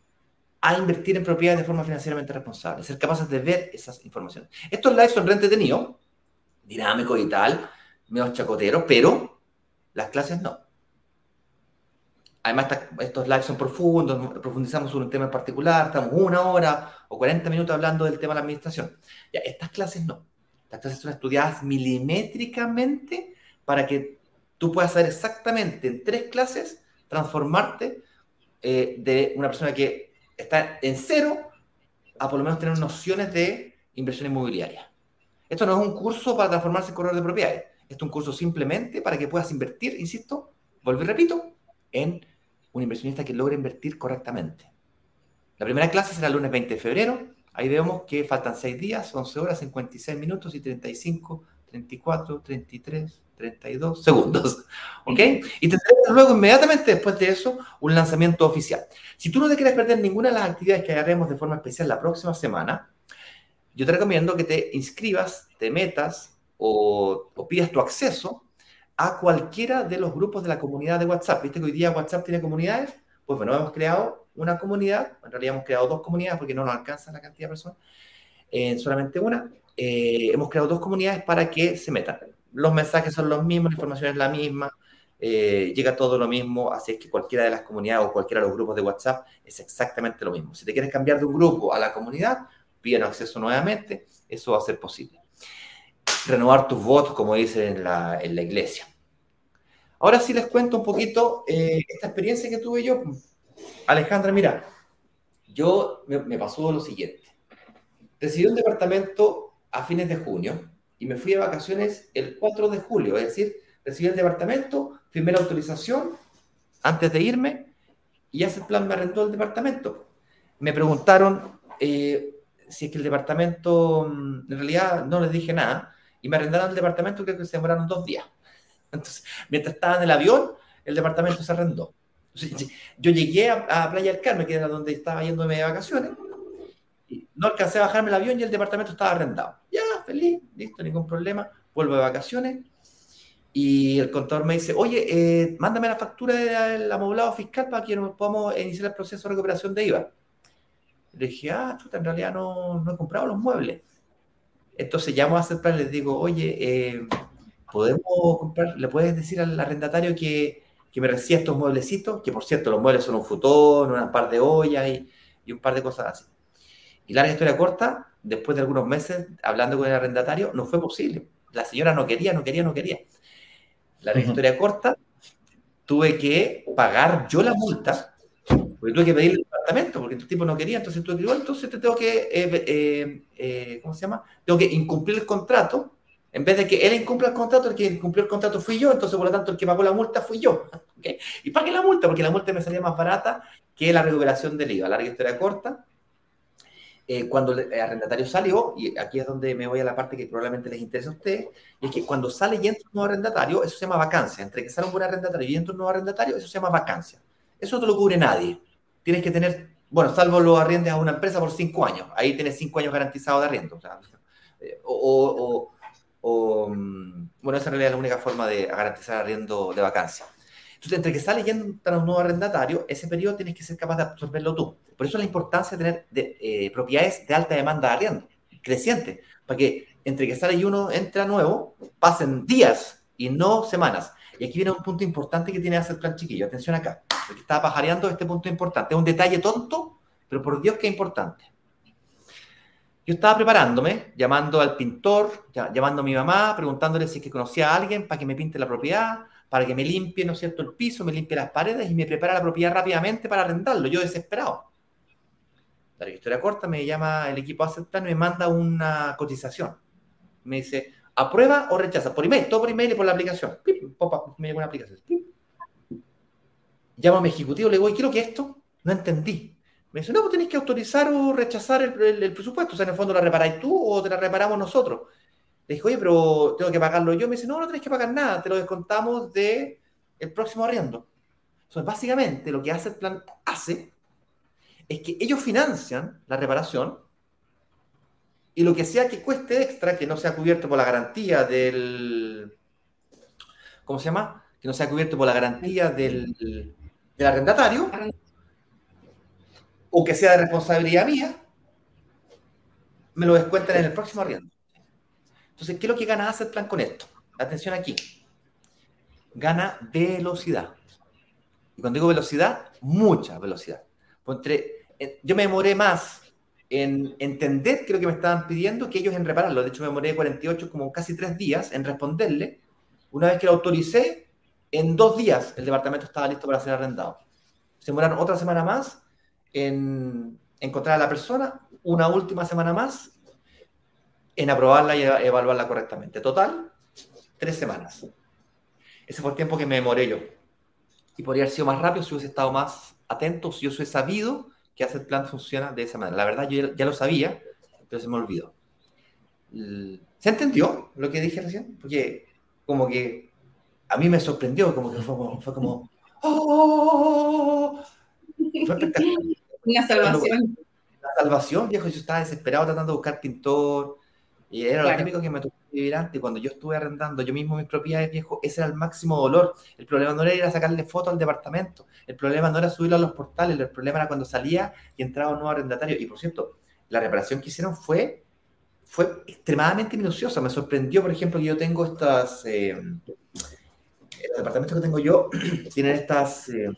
a invertir en propiedades de forma financieramente responsable, ser capaces de ver esas informaciones. Estos lives son re entretenidos, dinámicos y tal, medio chacoteros, pero las clases no. Además, estos lives son profundos, profundizamos sobre un tema en particular, estamos una hora o cuarenta minutos hablando del tema de la administración. Ya, estas clases no. Estas clases son estudiadas milimétricamente para que tú puedas saber exactamente en tres clases transformarte eh, de una persona que está en cero a por lo menos tener nociones de inversión inmobiliaria. Esto no es un curso para transformarse en corredor de propiedades. Esto es un curso simplemente para que puedas invertir, insisto, vuelvo y repito, en un inversionista que logre invertir correctamente. La primera clase será el lunes veinte de febrero Ahí vemos que faltan seis días, once horas, cincuenta y seis minutos y treinta y cinco, treinta y cuatro, treinta y tres, treinta y dos segundos. ¿Ok? Y tendremos luego, inmediatamente después de eso, un lanzamiento oficial. Si tú no te quieres perder ninguna de las actividades que haremos de forma especial la próxima semana, yo te recomiendo que te inscribas, te metas o, o pidas tu acceso a cualquiera de los grupos de la comunidad de WhatsApp. ¿Viste que hoy día WhatsApp tiene comunidades? Pues bueno, hemos creado una comunidad, en realidad hemos creado dos comunidades porque no nos alcanza la cantidad de personas, eh, solamente una. Eh, hemos creado dos comunidades para que se metan. Los mensajes son los mismos, la información es la misma, eh, llega todo lo mismo, así es que cualquiera de las comunidades o cualquiera de los grupos de WhatsApp es exactamente lo mismo. Si te quieres cambiar de un grupo a la comunidad, piden acceso nuevamente, eso va a ser posible. Renovar tus votos, como dicen en la, en la iglesia. Ahora sí les cuento un poquito eh, esta experiencia que tuve yo. Alejandra, mira, yo me, me pasó lo siguiente. Recibí un departamento a fines de junio y me fui de vacaciones el cuatro de julio, es decir, recibí el departamento, firmé la autorización antes de irme y Asset Plan me arrendó el departamento. Me preguntaron eh, si es que el departamento, en realidad no les dije nada, y me arrendaron el departamento, creo que se demoraron dos días. Entonces, mientras estaba en el avión, el departamento se arrendó. Entonces, yo llegué a, a Playa del Carmen, que era donde estaba yéndome de vacaciones, y no alcancé a bajarme el avión y el departamento estaba arrendado. Ya, feliz, listo, ningún problema. Vuelvo de vacaciones y el contador me dice, oye, eh, mándame la factura del amoblado fiscal para que podamos iniciar el proceso de recuperación de I V A. Le dije, ah, chuta, en realidad no, no he comprado los muebles. Entonces llamo a Asset Plan y les digo, oye, eh, ¿podemos comprar? ¿Le puedes decir al arrendatario que, que me reciba estos mueblecitos? Que por cierto, los muebles son un futón, un par de ollas y, y un par de cosas así. Y larga historia corta, después de algunos meses hablando con el arrendatario, no fue posible. La señora no quería, no quería, no quería. Larga uh-huh. historia corta, tuve que pagar yo la multa, porque tuve que pedirle el departamento, porque el tipo no quería, entonces tuve que decir, entonces te tengo que, eh, eh, eh, ¿cómo se llama? Tengo que incumplir el contrato. En vez de que él incumpla el contrato, el que incumplió el contrato fui yo, entonces por lo tanto el que pagó la multa fui yo. ¿Okay? Y pagué la multa, porque la multa me salía más barata que la recuperación del I V A. Larga historia corta. Eh, cuando el arrendatario salió, y aquí es donde me voy a la parte que probablemente les interesa a ustedes, es que cuando sale y entra un nuevo arrendatario, eso se llama vacancia. Entre que sale un buen arrendatario y entra un nuevo arrendatario, eso se llama vacancia. Eso no te lo cubre nadie. Tienes que tener, bueno, salvo lo arriendes a una empresa por cinco años. Ahí tienes cinco años garantizados de arriendo. O, sea, o, o, o, bueno, esa en realidad es la única forma de garantizar arriendo de vacancia. Entonces, entre que sale y entra un nuevo arrendatario, ese periodo tienes que ser capaz de absorberlo tú. Por eso la importancia de tener de, eh, propiedades de alta demanda de arriendo, creciente, para que entre que sale y uno entra nuevo, pasen días y no semanas. Y aquí viene un punto importante que tiene que hacer Plan Chiquillo. Atención acá, porque estaba pajareando este punto importante. Es un detalle tonto, pero por Dios que es importante. Yo estaba preparándome, llamando al pintor, llamando a mi mamá, preguntándole si es que conocía a alguien para que me pinte la propiedad, para que me limpie, ¿no es cierto?, el piso, me limpie las paredes y me prepara la propiedad rápidamente para arrendarlo. Yo desesperado. La historia corta, me llama el equipo Asset Plan y me manda una cotización. Me dice, ¿aprueba o rechaza? Por email, todo por email y por la aplicación. Pip, pop, pop, me llegó una aplicación. Pip. Llamo a mi ejecutivo, le digo, ¿y qué es lo que es esto? No entendí. Me dice, no, pues tenés que autorizar o rechazar el, el, el presupuesto. O sea, en el fondo la reparáis tú o te la reparamos nosotros. Le dije, oye, pero tengo que pagarlo yo. Me dice, no, no tenés que pagar nada, te lo descontamos del próximo arriendo. Entonces, básicamente, lo que Asset Plan hace es que ellos financian la reparación y lo que sea que cueste extra, que no sea cubierto por la garantía del... ¿Cómo se llama? Que no sea cubierto por la garantía del, del arrendatario, o que sea de responsabilidad mía, me lo descuentan en el próximo arriendo. Entonces, ¿qué es lo que gana Asset Plan con esto? Atención aquí. Gana velocidad. Y cuando digo velocidad, mucha velocidad. Pues entre, yo me demoré más en entender qué es lo que me estaban pidiendo que ellos en repararlo. De hecho, me demoré cuarenta y ocho, como casi tres días en responderle. Una vez que lo autoricé, en dos días el departamento estaba listo para ser arrendado. Se demoraron otra semana más en encontrar a la persona, una última semana más en aprobarla y evaluarla correctamente. Total, tres semanas. Ese fue el tiempo que me demoré yo. Y podría haber sido más rápido si hubiese estado más atento, si yo hubiese sabido que Asset Plan funciona de esa manera. La verdad, yo ya, ya lo sabía, pero se me olvidó. ¿Se entendió lo que dije recién? Porque como que a mí me sorprendió, como que fue como... Fue como ¡oh! Fue espectacular. Una salvación. La salvación, viejo, yo estaba desesperado tratando de buscar pintor, y era Claro. lo típico que me tocó vivir antes. Cuando yo estuve arrendando yo mismo mis propiedades, viejo, ese era el máximo dolor. El problema no era ir a sacarle fotos al departamento, el problema no era subirlo a los portales, el problema era cuando salía y entraba un nuevo arrendatario. Y por cierto, la reparación que hicieron fue, fue extremadamente minuciosa. Me sorprendió, por ejemplo, que yo tengo estas... Eh, el departamento que tengo yo tienen estas... Eh,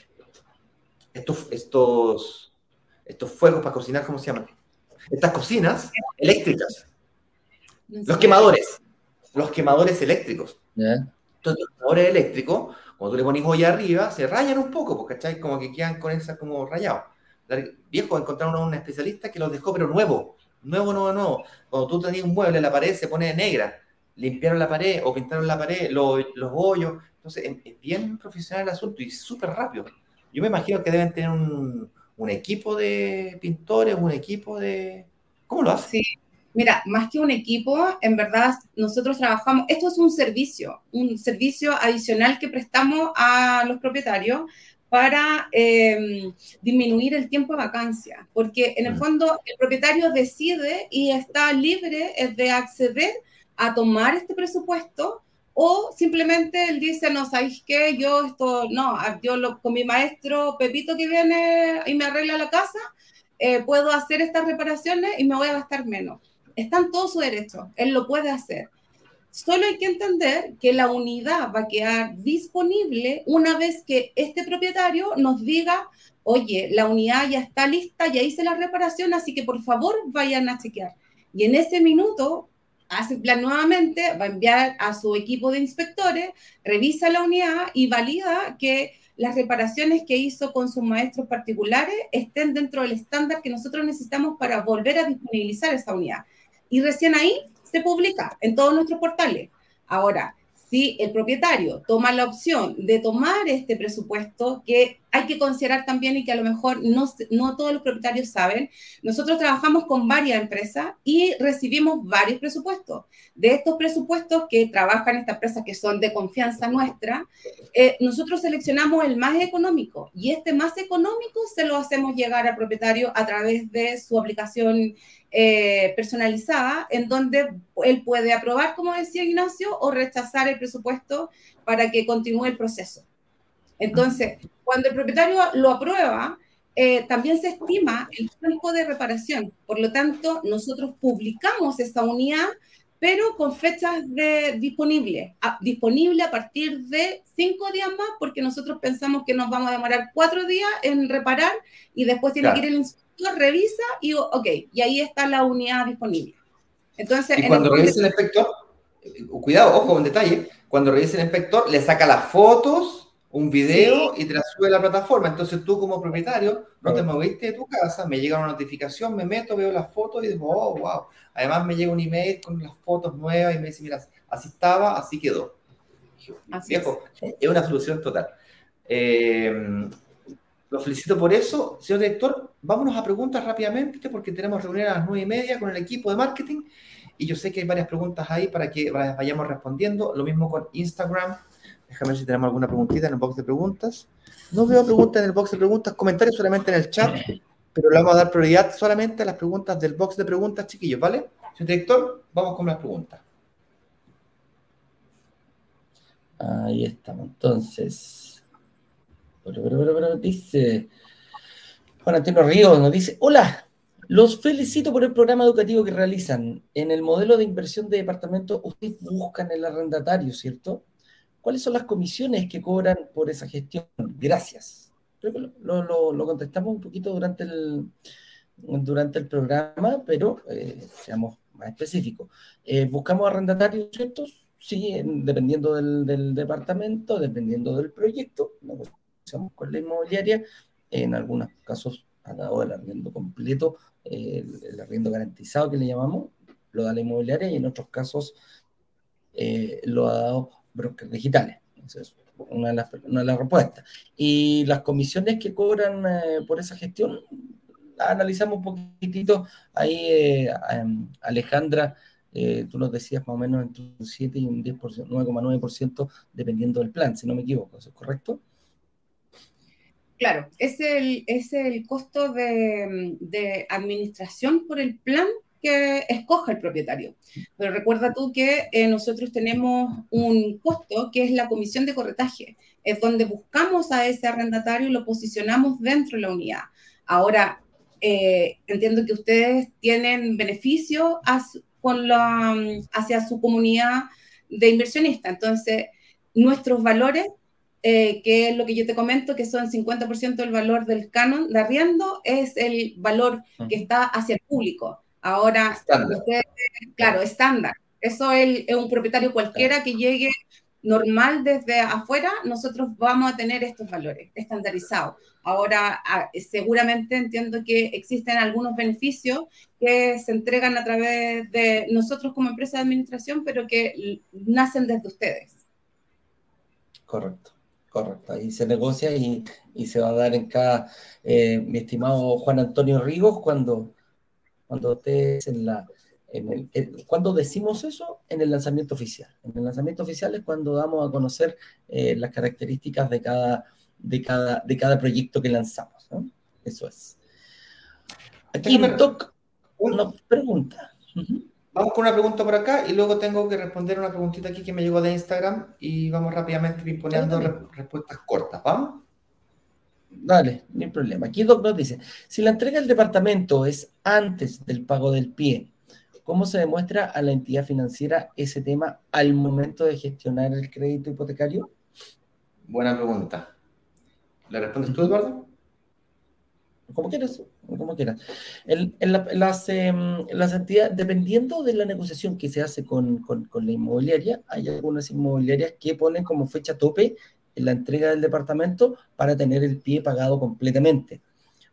estos... estos estos fuegos para cocinar, ¿cómo se llaman? Estas cocinas eléctricas. No sé. Los quemadores. Los quemadores eléctricos. ¿Ya? Entonces, los quemadores eléctricos, cuando tú le pones olla arriba, se rayan un poco, ¿cachai? Como que quedan con esas como rayados. Viejo, encontraron a un especialista que los dejó, pero nuevo. Nuevo, nuevo, nuevo. Cuando tú tenías un mueble, la pared se pone negra. Limpiaron la pared o pintaron la pared, los, los hoyos. Entonces, es bien profesional el asunto y súper rápido. Yo me imagino que deben tener un... un equipo de pintores, un equipo de... ¿Cómo lo hacen? Sí, mira, más que un equipo, en verdad nosotros trabajamos, esto es un servicio, un servicio adicional que prestamos a los propietarios para eh, disminuir el tiempo de vacancia, porque en el fondo el propietario decide y está libre de acceder a tomar este presupuesto, o simplemente él dice, no, ¿sabéis qué? Yo esto, no, yo lo, con mi maestro Pepito que viene y me arregla la casa, eh, puedo hacer estas reparaciones y me voy a gastar menos. Está en todo su derecho, él lo puede hacer. Solo hay que entender que la unidad va a quedar disponible una vez que este propietario nos diga, oye, la unidad ya está lista, ya hice la reparación, así que por favor vayan a chequear. Y en ese minuto, Asset Plan nuevamente va a enviar a su equipo de inspectores, revisa la unidad y valida que las reparaciones que hizo con sus maestros particulares estén dentro del estándar que nosotros necesitamos para volver a disponibilizar esa unidad. Y recién ahí se publica en todos nuestros portales. Ahora, si el propietario toma la opción de tomar este presupuesto, que hay que considerar también y que a lo mejor no, no todos los propietarios saben, nosotros trabajamos con varias empresas y recibimos varios presupuestos. De estos presupuestos que trabajan estas empresas que son de confianza nuestra, eh, nosotros seleccionamos el más económico y este más económico se lo hacemos llegar al propietario a través de su aplicación eh, personalizada, en donde él puede aprobar, como decía Ignacio, o rechazar el presupuesto para que continúe el proceso. Entonces, cuando el propietario lo aprueba, eh, también se estima el tiempo de reparación. Por lo tanto, nosotros publicamos esta unidad, pero con fechas de disponible, a, disponible a partir de cinco días más, porque nosotros pensamos que nos vamos a demorar cuatro días en reparar y después tiene claro. que ir el inspector, revisa y ok, y ahí está la unidad disponible. Entonces, y cuando el revisa el inspector, cuidado, ojo, un detalle, cuando revisa el inspector, le saca las fotos, un video sí. y te la sube a la plataforma. Entonces tú como propietario no te moviste de tu casa, me llega una notificación, me meto, veo las fotos y digo, oh, wow. Además me llega un email con las fotos nuevas y me dice, mira, así estaba, así quedó. Así Viejo, es. es una solución total. Eh, lo felicito por eso. Señor director, vámonos a preguntas rápidamente porque tenemos reunión a las nueve y media con el equipo de marketing y yo sé que hay varias preguntas ahí para que vayamos respondiendo. Lo mismo con Instagram. Déjame ver si tenemos alguna preguntita en el box de preguntas. No veo preguntas en el box de preguntas, comentarios solamente en el chat, pero le vamos a dar prioridad solamente a las preguntas del box de preguntas, chiquillos, ¿vale? Señor director, vamos con las preguntas. Ahí estamos, entonces. Pero, pero, pero, pero, dice Juan Antonio Ríos, nos dice, hola, los felicito por el programa educativo que realizan. En el modelo de inversión de departamentos, ustedes buscan el arrendatario, ¿cierto? ¿Cuáles son las comisiones que cobran por esa gestión? Gracias. Creo que lo, lo, lo contestamos un poquito durante el, durante el programa, pero eh, seamos más específicos. Eh, ¿Buscamos arrendatarios, cierto? Sí, dependiendo del, del departamento, dependiendo del proyecto, negociamos con la inmobiliaria. En algunos casos ha dado el arriendo completo, eh, el, el arriendo garantizado que le llamamos, lo da la inmobiliaria, y en otros casos eh, lo ha dado brokers digitales. Esa es una de las, una de las respuestas. Y las comisiones que cobran eh, por esa gestión, la analizamos un poquitito. Ahí, eh, um, Alejandra, eh, tú nos decías más o menos entre un siete y un diez por ciento, nueve coma nueve por ciento, dependiendo del plan, si no me equivoco. ¿Eso es correcto? Claro, es el, es el costo de, de administración por el plan que escoja el propietario. Pero recuerda tú que eh, nosotros tenemos un costo que es la comisión de corretaje, es donde buscamos a ese arrendatario y lo posicionamos dentro de la unidad. Ahora, eh, entiendo que ustedes tienen beneficio con la, hacia su comunidad de inversionistas, entonces nuestros valores eh, que es lo que yo te comento, que son cincuenta por ciento del valor del canon de arriendo, es el valor que está hacia el público. Ahora, Estándar. usted, claro, estándar. Eso es, es un propietario cualquiera que llegue normal desde afuera, nosotros vamos a tener estos valores estandarizados. Ahora, seguramente entiendo que existen algunos beneficios que se entregan a través de nosotros como empresa de administración, pero que nacen desde ustedes. Correcto. Correcto, ahí se negocia y, y se va a dar en cada, eh, mi estimado Juan Antonio Rigos, cuando, cuando estés en la, en el, el, cuando decimos eso en el lanzamiento oficial. En el lanzamiento oficial es cuando damos a conocer eh, las características de cada, de, cada, de cada proyecto que lanzamos, ¿no? Eso es. Aquí Doc nos pregunta. Uh-huh. Vamos con una pregunta por acá y luego tengo que responder una preguntita aquí que me llegó de Instagram y vamos rápidamente pimponeando re- respuestas cortas. ¿Vamos? Dale, no hay problema. Aquí Doc nos dice, si la entrega del departamento es antes del pago del pie, ¿cómo se demuestra a la entidad financiera ese tema al momento de gestionar el crédito hipotecario? Buena pregunta. ¿La respondes tú, Eduardo? Como quieras, como quieras. En, en la, las, eh, las entidades, dependiendo de la negociación que se hace con, con, con la inmobiliaria, hay algunas inmobiliarias que ponen como fecha tope en la entrega del departamento para tener el pie pagado completamente.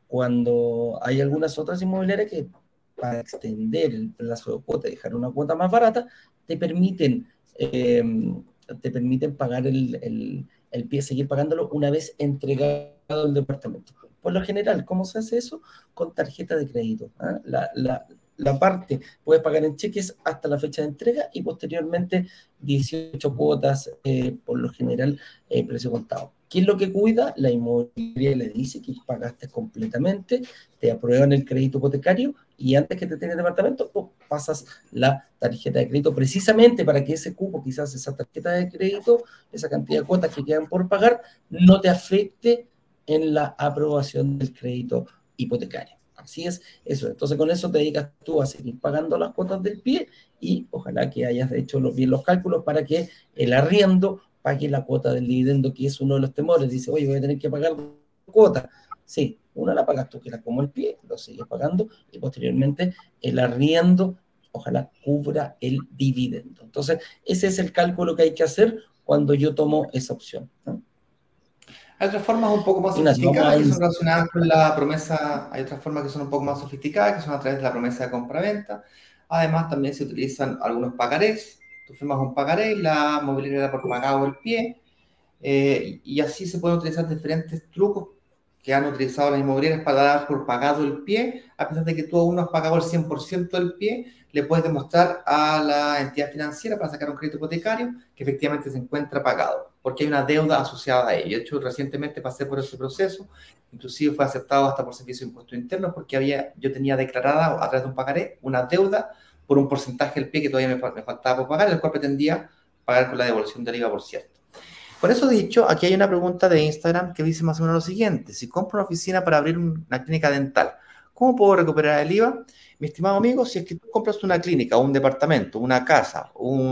Cuando hay algunas otras inmobiliarias que, para extender el plazo de cuota y dejar una cuota más barata, te permiten, eh, te permiten pagar el, el, el pie, seguir pagándolo una vez entregado el departamento. Por lo general, ¿cómo se hace eso? Con tarjeta de crédito. ¿eh? La, la, la parte puedes pagar en cheques hasta la fecha de entrega y posteriormente dieciocho cuotas, eh, por lo general, eh, precio contado. ¿Qué es lo que cuida? La inmobiliaria le dice que pagaste completamente, te aprueban el crédito hipotecario y antes que te tenga el departamento, pues, pasas la tarjeta de crédito precisamente para que ese cupo, quizás esa tarjeta de crédito, esa cantidad de cuotas que quedan por pagar, no te afecte en la aprobación del crédito hipotecario. Así es, eso. Entonces, con eso te dedicas tú a seguir pagando las cuotas del pie y ojalá que hayas hecho los, bien los cálculos para que el arriendo pague la cuota del dividendo, que es uno de los temores. Dice, oye, voy a tener que pagar cuota. Sí, una la pagas tú, que era como el pie, lo sigues pagando y posteriormente el arriendo, ojalá cubra el dividendo. Entonces, ese es el cálculo que hay que hacer cuando yo tomo esa opción, ¿no? Hay otras formas un poco más sofisticadas que son relacionadas con la promesa, hay otras formas que son un poco más sofisticadas, que son a través de la promesa de compra-venta. Además, también se utilizan algunos pagarés. Tú firmas un pagaré y la mobiliaria da por pagado el pie. Eh, y así se pueden utilizar diferentes trucos que han utilizado las inmobiliarias para dar por pagado el pie. A pesar de que tú aún no has pagado el cien por ciento del pie, le puedes demostrar a la entidad financiera para sacar un crédito hipotecario que efectivamente se encuentra pagado, porque hay una deuda asociada a ello. De hecho, recientemente pasé por ese proceso, inclusive fue aceptado hasta por servicio de impuestos internos, porque había, yo tenía declarada a través de un pagaré una deuda por un porcentaje del pie que todavía me, me faltaba por pagar, el cual pretendía pagar con la devolución del I V A, por cierto. Por eso dicho, aquí hay una pregunta de Instagram que dice más o menos lo siguiente: si compro una oficina para abrir una clínica dental, ¿cómo puedo recuperar el I V A? Mi estimado amigo, si es que tú compras una clínica, un departamento, una casa,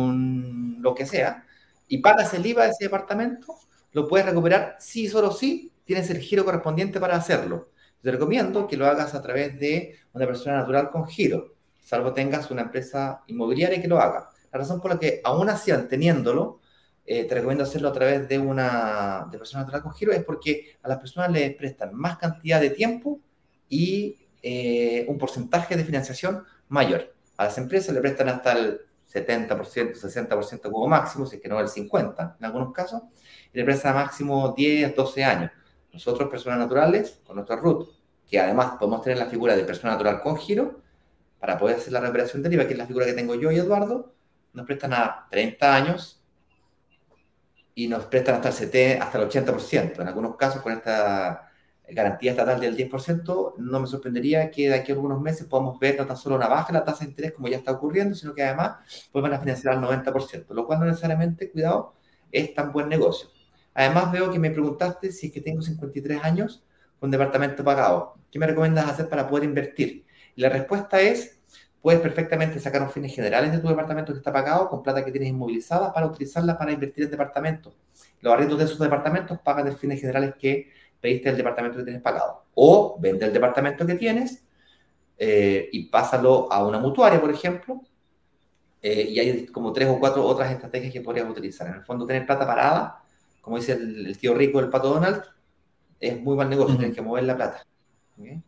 un lo que sea, y pagas el I V A de ese departamento, lo puedes recuperar sí, solo sí, tienes el giro correspondiente para hacerlo. Te recomiendo que lo hagas a través de una persona natural con giro, salvo tengas una empresa inmobiliaria que lo haga. La razón por la que aún así, teniéndolo, Eh, te recomiendo hacerlo a través de una de persona natural con giro, es porque a las personas les prestan más cantidad de tiempo y eh, un porcentaje de financiación mayor. A las empresas le prestan hasta el setenta por ciento, sesenta por ciento como máximo, si es que no el cincuenta por ciento en algunos casos, y le presta máximo diez, doce años. Nosotros, personas naturales, con nuestra R U T, que además podemos tener la figura de persona natural con giro, para poder hacer la recuperación del I V A, que es la figura que tengo yo y Eduardo, nos prestan a treinta años y nos prestan hasta el, setenta, hasta el ochenta por ciento. En algunos casos, con esta garantía estatal del diez por ciento, no me sorprendería que de aquí a algunos meses podamos ver no tan solo una baja en la tasa de interés como ya está ocurriendo, sino que además vuelvan a financiar al noventa por ciento, lo cual no necesariamente, cuidado, es tan buen negocio. Además veo que me preguntaste si es que tengo cincuenta y tres años con departamento pagado. ¿Qué me recomiendas hacer para poder invertir? Y la respuesta es, puedes perfectamente sacar los fines generales de tu departamento que está pagado con plata que tienes inmovilizada para utilizarla para invertir en departamentos. Los arriendos de esos departamentos pagan los fines generales que pediste del departamento que tienes pagado. O vende el departamento que tienes eh, y pásalo a una mutuaria, por ejemplo, eh, y hay como tres o cuatro otras estrategias que podrías utilizar. En el fondo, tener plata parada, como dice el, el tío rico del Pato Donald, es muy buen negocio, uh-huh. Tienes que mover la plata. ¿Okay?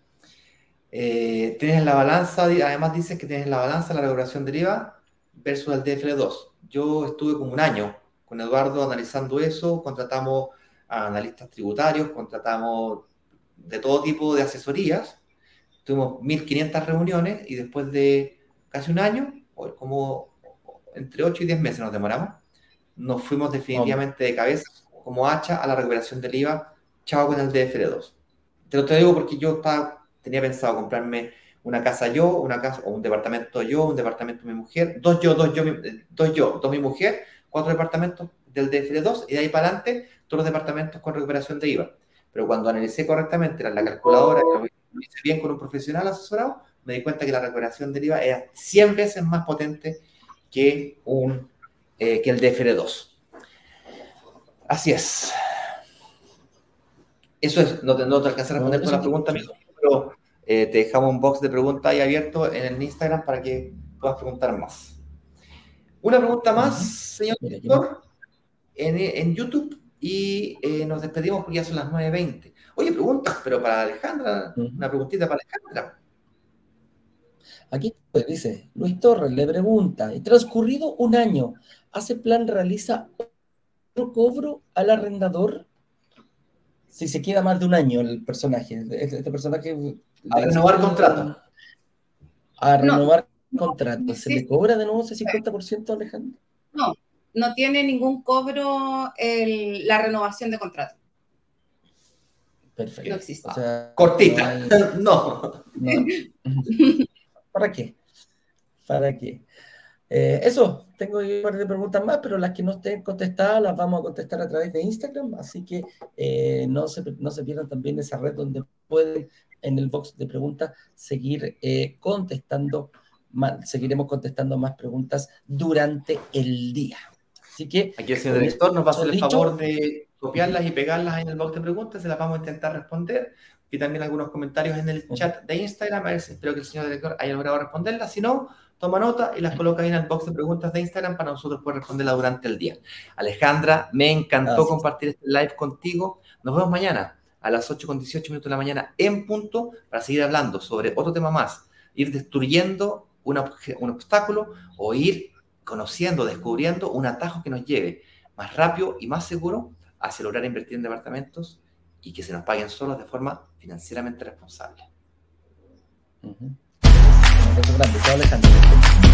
Eh, tienes la balanza, además dices que tienes la balanza la regulación del I V A versus el D F L dos. Yo estuve como un año con Eduardo analizando eso, contratamos a analistas tributarios, contratamos de todo tipo de asesorías, tuvimos mil quinientas reuniones y después de casi un año, o como entre ocho y diez meses nos demoramos, nos fuimos definitivamente de cabeza como hacha a la recuperación del I V A, chao con el D F L dos. Te lo te digo porque yo estaba, tenía pensado comprarme una casa yo, una casa o un departamento yo, un departamento mi mujer, dos yo, dos yo, dos yo, dos mi mujer, cuatro departamentos del D F L dos y de ahí para adelante todos los departamentos con recuperación de I V A. Pero cuando analicé correctamente la calculadora, y lo hice bien con un profesional asesorado, me di cuenta que la recuperación del I V A era cien veces más potente que, un, eh, que el D F L dos. Así es. Eso es, no te, no te alcancé a responder todas las preguntas, amigo, pero eh, te dejamos un box de preguntas ahí abierto en el Instagram para que puedas preguntar más. Una pregunta más, señor director, en, en YouTube, y eh, nos despedimos porque ya son las nueve veinte. Oye, preguntas, pero para Alejandra, uh-huh. Una preguntita para Alejandra. Aquí pues, dice, Luis Torres le pregunta, transcurrido un año, ¿Hace Plan realiza otro cobro al arrendador? Si se queda más de un año el personaje, este, este personaje... A renovar contrato. A renovar no, contrato. No, ¿Se sí, le cobra de nuevo ese cincuenta por ciento, Alejandro? No, no tiene ningún cobro el, la renovación de contrato. Perfecto. No existe. O sea, cortita. No. Hay... no. no. ¿Para qué? ¿Para qué? Eh, eso, tengo un par de preguntas más, pero las que no estén contestadas las vamos a contestar a través de Instagram, así que eh, no, se, no se pierdan también esa red donde pueden, en el box de preguntas, seguir eh, contestando, más, seguiremos contestando más preguntas durante el día. Así que... Aquí el señor director nos va a hacer el favor de copiarlas y pegarlas ahí en el box de preguntas, se las vamos a intentar responder, y también algunos comentarios en el chat de Instagram, a ver si espero que el señor director haya logrado responderlas, si no... Toma nota y las coloca ahí en el box de preguntas de Instagram para nosotros poder responderla durante el día. Alejandra, me encantó Gracias. compartir este live contigo. Nos vemos mañana a las ocho con dieciocho minutos de la mañana en punto para seguir hablando sobre otro tema más. Ir destruyendo un, un obstáculo o ir conociendo, descubriendo un atajo que nos lleve más rápido y más seguro hacia lograr invertir en departamentos y que se nos paguen solos de forma financieramente responsable. Uh-huh. Un beso grande, chao Alejandro.